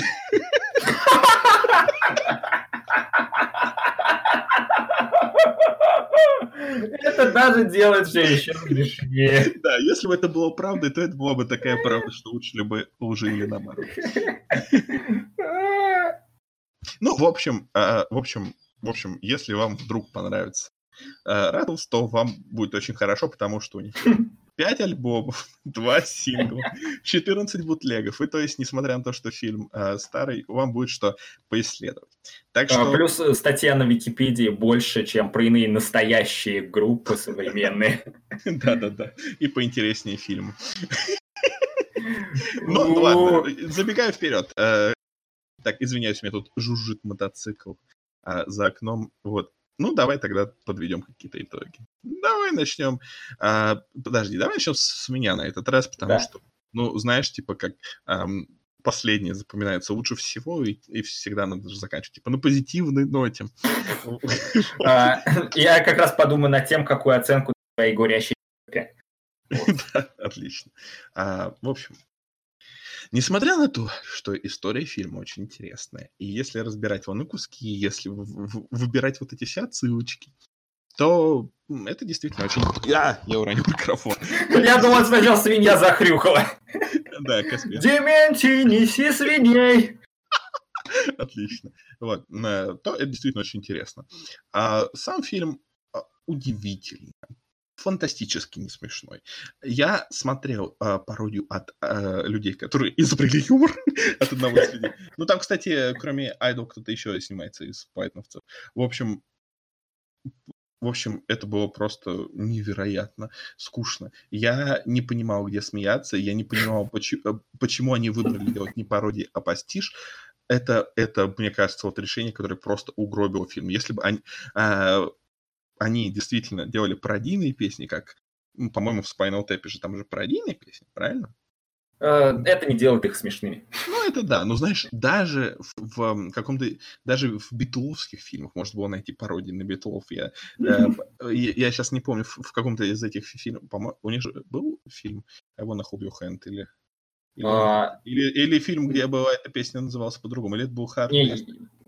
[SPEAKER 3] Это даже делает все еще смешнее.
[SPEAKER 1] Да, если бы это было правдой, то это была бы такая правда, что лучше бы лжили наоборот. Ну, в общем, если вам вдруг понравится Раттлс, то вам будет очень хорошо, потому что у них 5 альбомов, 2 сингла, 14 бутлегов. И то есть, несмотря на то, что фильм старый, вам будет что поисследовать. Так что...
[SPEAKER 3] Плюс статья на Википедии больше, чем про иные настоящие группы современные.
[SPEAKER 1] Да-да-да. И поинтереснее фильмы. Ну, ладно, забегая вперед. Так, извиняюсь, у меня тут жужжит мотоцикл за окном. Вот. Ну, давай тогда подведем какие-то итоги. Давай начнем. Давай начнем с меня на этот раз, потому что, ну, знаешь, типа, как последнее запоминается лучше всего, и всегда надо же заканчивать, типа, на позитивной ноте.
[SPEAKER 3] Я как раз подумаю над тем, какую оценку твоей горящей.
[SPEAKER 1] Да, отлично. В общем, несмотря на то, что история фильма очень интересная, и если разбирать его на куски, если выбирать вот эти все отсылочки, то это действительно очень... Я уронил микрофон.
[SPEAKER 3] Я думал, сначала свинья захрюкала.
[SPEAKER 1] Да, Каспий.
[SPEAKER 3] Дементий, неси свиней!
[SPEAKER 1] Отлично. Вот. То это действительно очень интересно. Сам фильм удивительный. Фантастически не смешной. Я смотрел пародию от людей, которые изобрели юмор от одного из людей. Ну, там, кстати, кроме Айдл, кто-то еще снимается из пайтоновцев. В общем, это было просто невероятно скучно. Я не понимал, где смеяться, я не понимал, почему они выбрали делать не пародии, а пастиш. Это, мне кажется, вот решение, которое просто угробило фильм. Если бы они действительно делали пародийные песни, как, по-моему, в Spinal Tap же там же пародийные песни, правильно?
[SPEAKER 3] Это не делает их смешными.
[SPEAKER 1] Ну, это да. Но, знаешь, даже в каком-то... Даже в битловских фильмах можно было найти пародии на Битлов. Я сейчас не помню, в каком-то из этих фильмов... По-моему, у них же был фильм I Wanna Hold Your Hand или фильм, где была эта песня назывался по-другому. Или это был Hard?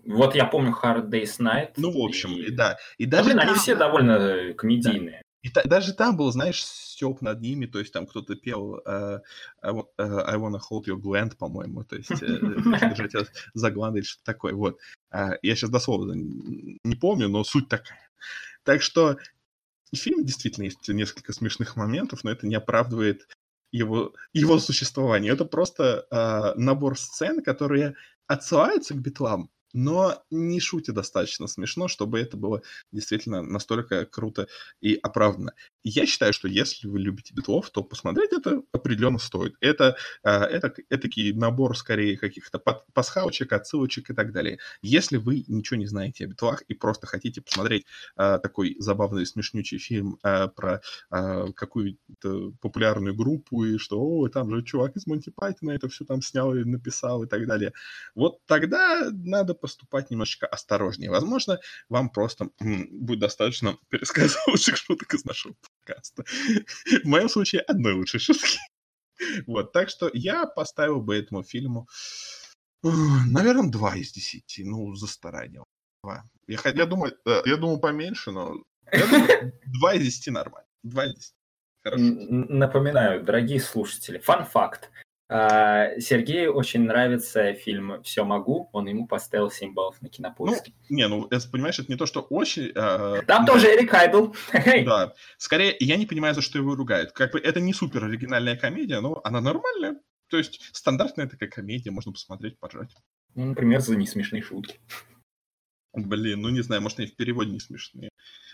[SPEAKER 3] Вот я помню Hard Day's Night.
[SPEAKER 1] Ну, в общем,
[SPEAKER 3] и...
[SPEAKER 1] да. И
[SPEAKER 3] Да,
[SPEAKER 1] даже
[SPEAKER 3] блин,
[SPEAKER 1] там,
[SPEAKER 3] они все довольно комедийные.
[SPEAKER 1] и даже там был, знаешь, стёб над ними, то есть там кто-то пел I wanna hold your gland, по-моему, то есть держать тебя за гланд или что-то такое, вот. Я сейчас дословно не помню, но суть такая. Так что в фильме действительно есть несколько смешных моментов, но это не оправдывает его существование. Это просто набор сцен, которые отсылаются к Битлам, но не шутят достаточно смешно, чтобы это было действительно настолько круто и оправданно. И я считаю, что если вы любите Битлов, то посмотреть это определенно стоит. Это этакий набор скорее каких-то пасхалочек, отсылочек и так далее. Если вы ничего не знаете о Битлах и просто хотите посмотреть такой забавный, смешнючий фильм про какую-то популярную группу, и что, там же чувак из Монти Пайтона это все там снял и написал и так далее, вот тогда надо поступать немножечко осторожнее. Возможно, вам просто будет достаточно пересказа лучших шуток из нашего подкаста. В моем случае одной лучшей шутки. Вот, так что я поставил бы этому фильму, наверное, 2 из 10. Ну, за старание. 2. Я думаю, поменьше, но я думаю, 2 из 10 нормально. 2 из 10. Хорошо.
[SPEAKER 3] Напоминаю, дорогие слушатели, фан-факт. Сергею очень нравится фильм «Все могу», он ему поставил 7 баллов на Кинопоиске.
[SPEAKER 1] Понимаешь, это не то, что очень...
[SPEAKER 3] Там тоже Эрик Айдл.
[SPEAKER 1] Да, скорее, я не понимаю, за что его ругают. Как бы это не супер оригинальная комедия, но она нормальная. То есть стандартная такая комедия, можно посмотреть, поржать.
[SPEAKER 3] Ну, например, за несмешные шутки.
[SPEAKER 1] Блин, не знаю, может, они в переводе не смешные.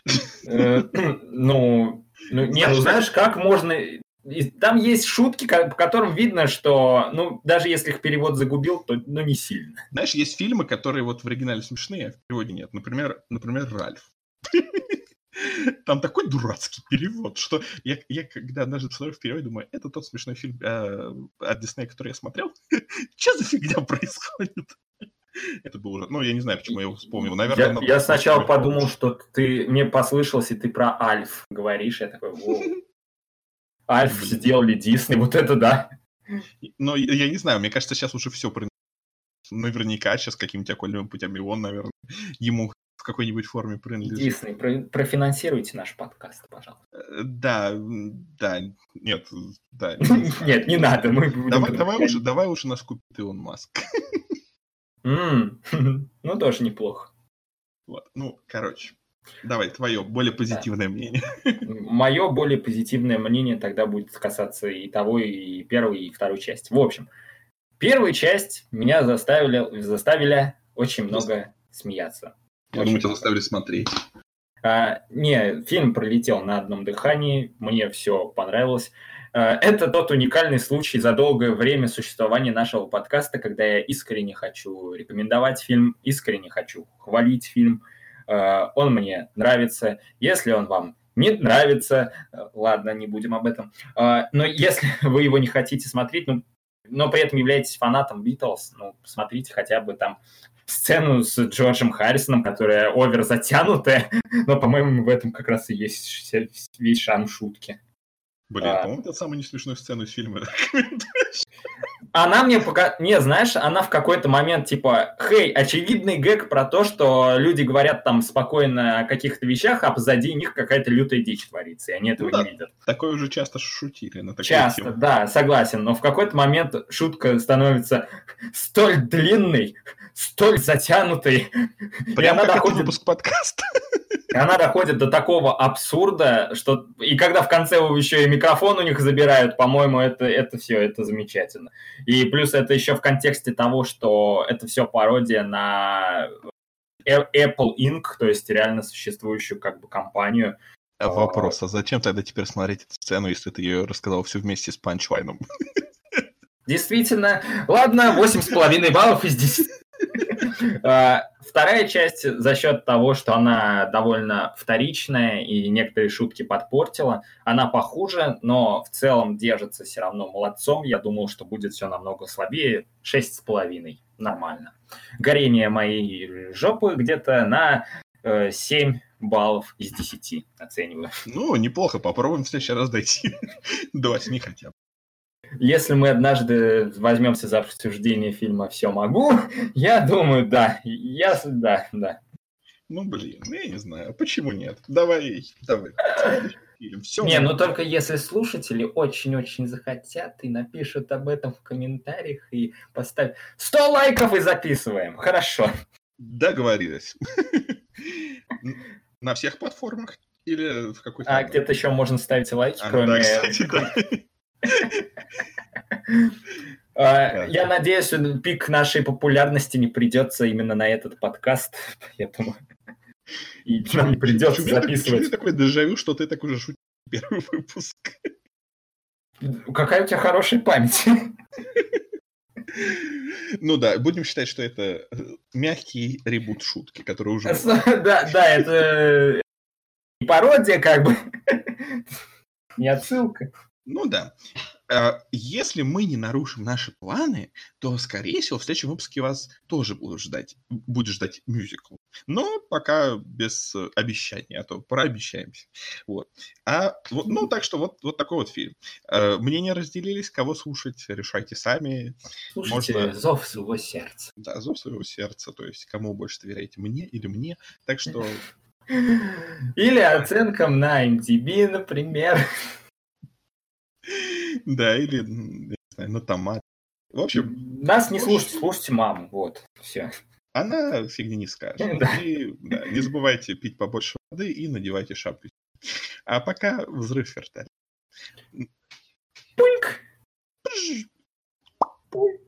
[SPEAKER 3] Знаешь, как можно... Там есть шутки, по которым видно, что, даже если их перевод загубил, то, не сильно.
[SPEAKER 1] Знаешь, есть фильмы, которые вот в оригинале смешные, а в переводе нет. Например, «Ральф». Там такой дурацкий перевод, что я когда однажды посмотрел в переводе, думаю, это тот смешной фильм от Диснея, который я смотрел? Что за фигня происходит? Это было уже... я не знаю, почему я его вспомнил. Наверное,
[SPEAKER 3] я сначала подумал, что мне послышался, ты про Альф говоришь. Я такой, Альф сделали Дисней, вот это да.
[SPEAKER 1] Но я не знаю, мне кажется, сейчас уже все наверняка сейчас какими-то окольными путями он, наверное, ему в какой-нибудь форме принадлежит.
[SPEAKER 3] Дисней, профинансируйте наш подкаст, пожалуйста.
[SPEAKER 1] Да, нет, да.
[SPEAKER 3] Нет, не надо.
[SPEAKER 1] Давай лучше нас купит Илон Маск.
[SPEAKER 3] Тоже неплохо.
[SPEAKER 1] Вот, короче. Давай, твое более позитивное мнение.
[SPEAKER 3] Мое более позитивное мнение тогда будет касаться и того, и первой, и второй части. В общем, первая часть меня заставили очень много смеяться.
[SPEAKER 1] Я думаю, тебя заставили смотреть.
[SPEAKER 3] Фильм пролетел на одном дыхании, мне все понравилось. Это тот уникальный случай за долгое время существования нашего подкаста, когда я искренне хочу рекомендовать фильм, искренне хочу хвалить фильм. Он мне нравится. Если он вам не нравится, ладно, не будем об этом. Но если вы его не хотите смотреть, но при этом являетесь фанатом Битлз, посмотрите хотя бы там сцену с Джорджем Харрисоном, которая овер затянутая, но, по-моему, в этом как раз и есть весь шарм шутки.
[SPEAKER 1] Блин, по-моему, это самая несмешная сцена из фильма.
[SPEAKER 3] Она мне знаешь, она в какой-то момент типа, очевидный гэг про то, что люди говорят там спокойно о каких-то вещах, а позади них какая-то лютая дичь творится, и они этого не видят.
[SPEAKER 1] Такое уже часто шутили на такую
[SPEAKER 3] часто,
[SPEAKER 1] тему.
[SPEAKER 3] Да, согласен, но в какой-то момент шутка становится столь длинной, столь затянутой.
[SPEAKER 1] Прямо как это выпуск подкаста.
[SPEAKER 3] Она доходит до такого абсурда, что... И когда в конце еще и микрофон у них забирают, по-моему, это все, это замечательно. И плюс это еще в контексте того, что это все пародия на Apple Inc., то есть реально существующую как бы компанию.
[SPEAKER 1] Вопрос, а зачем тогда теперь смотреть эту сцену, если ты ее рассказал все вместе с панчлайном?
[SPEAKER 3] Действительно. Ладно, 8,5 баллов из 10. Вторая часть за счет того, что она довольно вторичная и некоторые шутки подпортила, она похуже, но в целом держится все равно молодцом. Я думал, что будет все намного слабее. 6,5. Нормально. Горение моей жопы где-то на 7 баллов из 10 оцениваю.
[SPEAKER 1] Неплохо. Попробуем в следующий раз дойти до 8 хотя бы.
[SPEAKER 3] Если мы однажды возьмемся за обсуждение фильма «Все могу», я думаю, да. Да.
[SPEAKER 1] Ну, блин, я не знаю, почему нет? Давай. Следующий фильм. Все
[SPEAKER 3] Не,
[SPEAKER 1] могу.
[SPEAKER 3] ну только если слушатели очень-очень захотят и напишут об этом в комментариях и поставят 100 лайков и записываем. Хорошо.
[SPEAKER 1] Договорились. На всех платформах или в какой-то...
[SPEAKER 3] А где-то еще можно ставить лайки,
[SPEAKER 1] ну
[SPEAKER 3] кроме...
[SPEAKER 1] да, кстати, да.
[SPEAKER 3] Я надеюсь, пик нашей популярности не придется именно на этот подкаст, поэтому и нам не придется записывать.
[SPEAKER 1] Почему такое дежавю, что ты так уже шутил первый выпуск?
[SPEAKER 3] Какая у тебя хорошая память.
[SPEAKER 1] Ну да, будем считать, что это мягкий ребут шутки, который уже...
[SPEAKER 3] Да, это пародия как бы, не отсылка.
[SPEAKER 1] Ну да. Если мы не нарушим наши планы, то, скорее всего, в следующем выпуске вас тоже будет ждать мюзикл. Но пока без обещаний, а то прообещаемся. Вот. Ну, так что вот такой вот фильм. Мнения разделились, кого слушать, решайте сами.
[SPEAKER 3] Слушайте, зов своего сердца.
[SPEAKER 1] Да, зов своего сердца, то есть кому больше доверяете, мне или мне. Так что...
[SPEAKER 3] Или оценкам на MDB, например.
[SPEAKER 1] Да, или, не знаю, на томат. В общем...
[SPEAKER 3] Нас не слушайте, слушайте маму, вот, все.
[SPEAKER 1] Она фигни не скажет.
[SPEAKER 3] Да.
[SPEAKER 1] И не забывайте пить побольше воды и надевайте шапку. А пока взрыв вертолета.
[SPEAKER 3] Пуньк!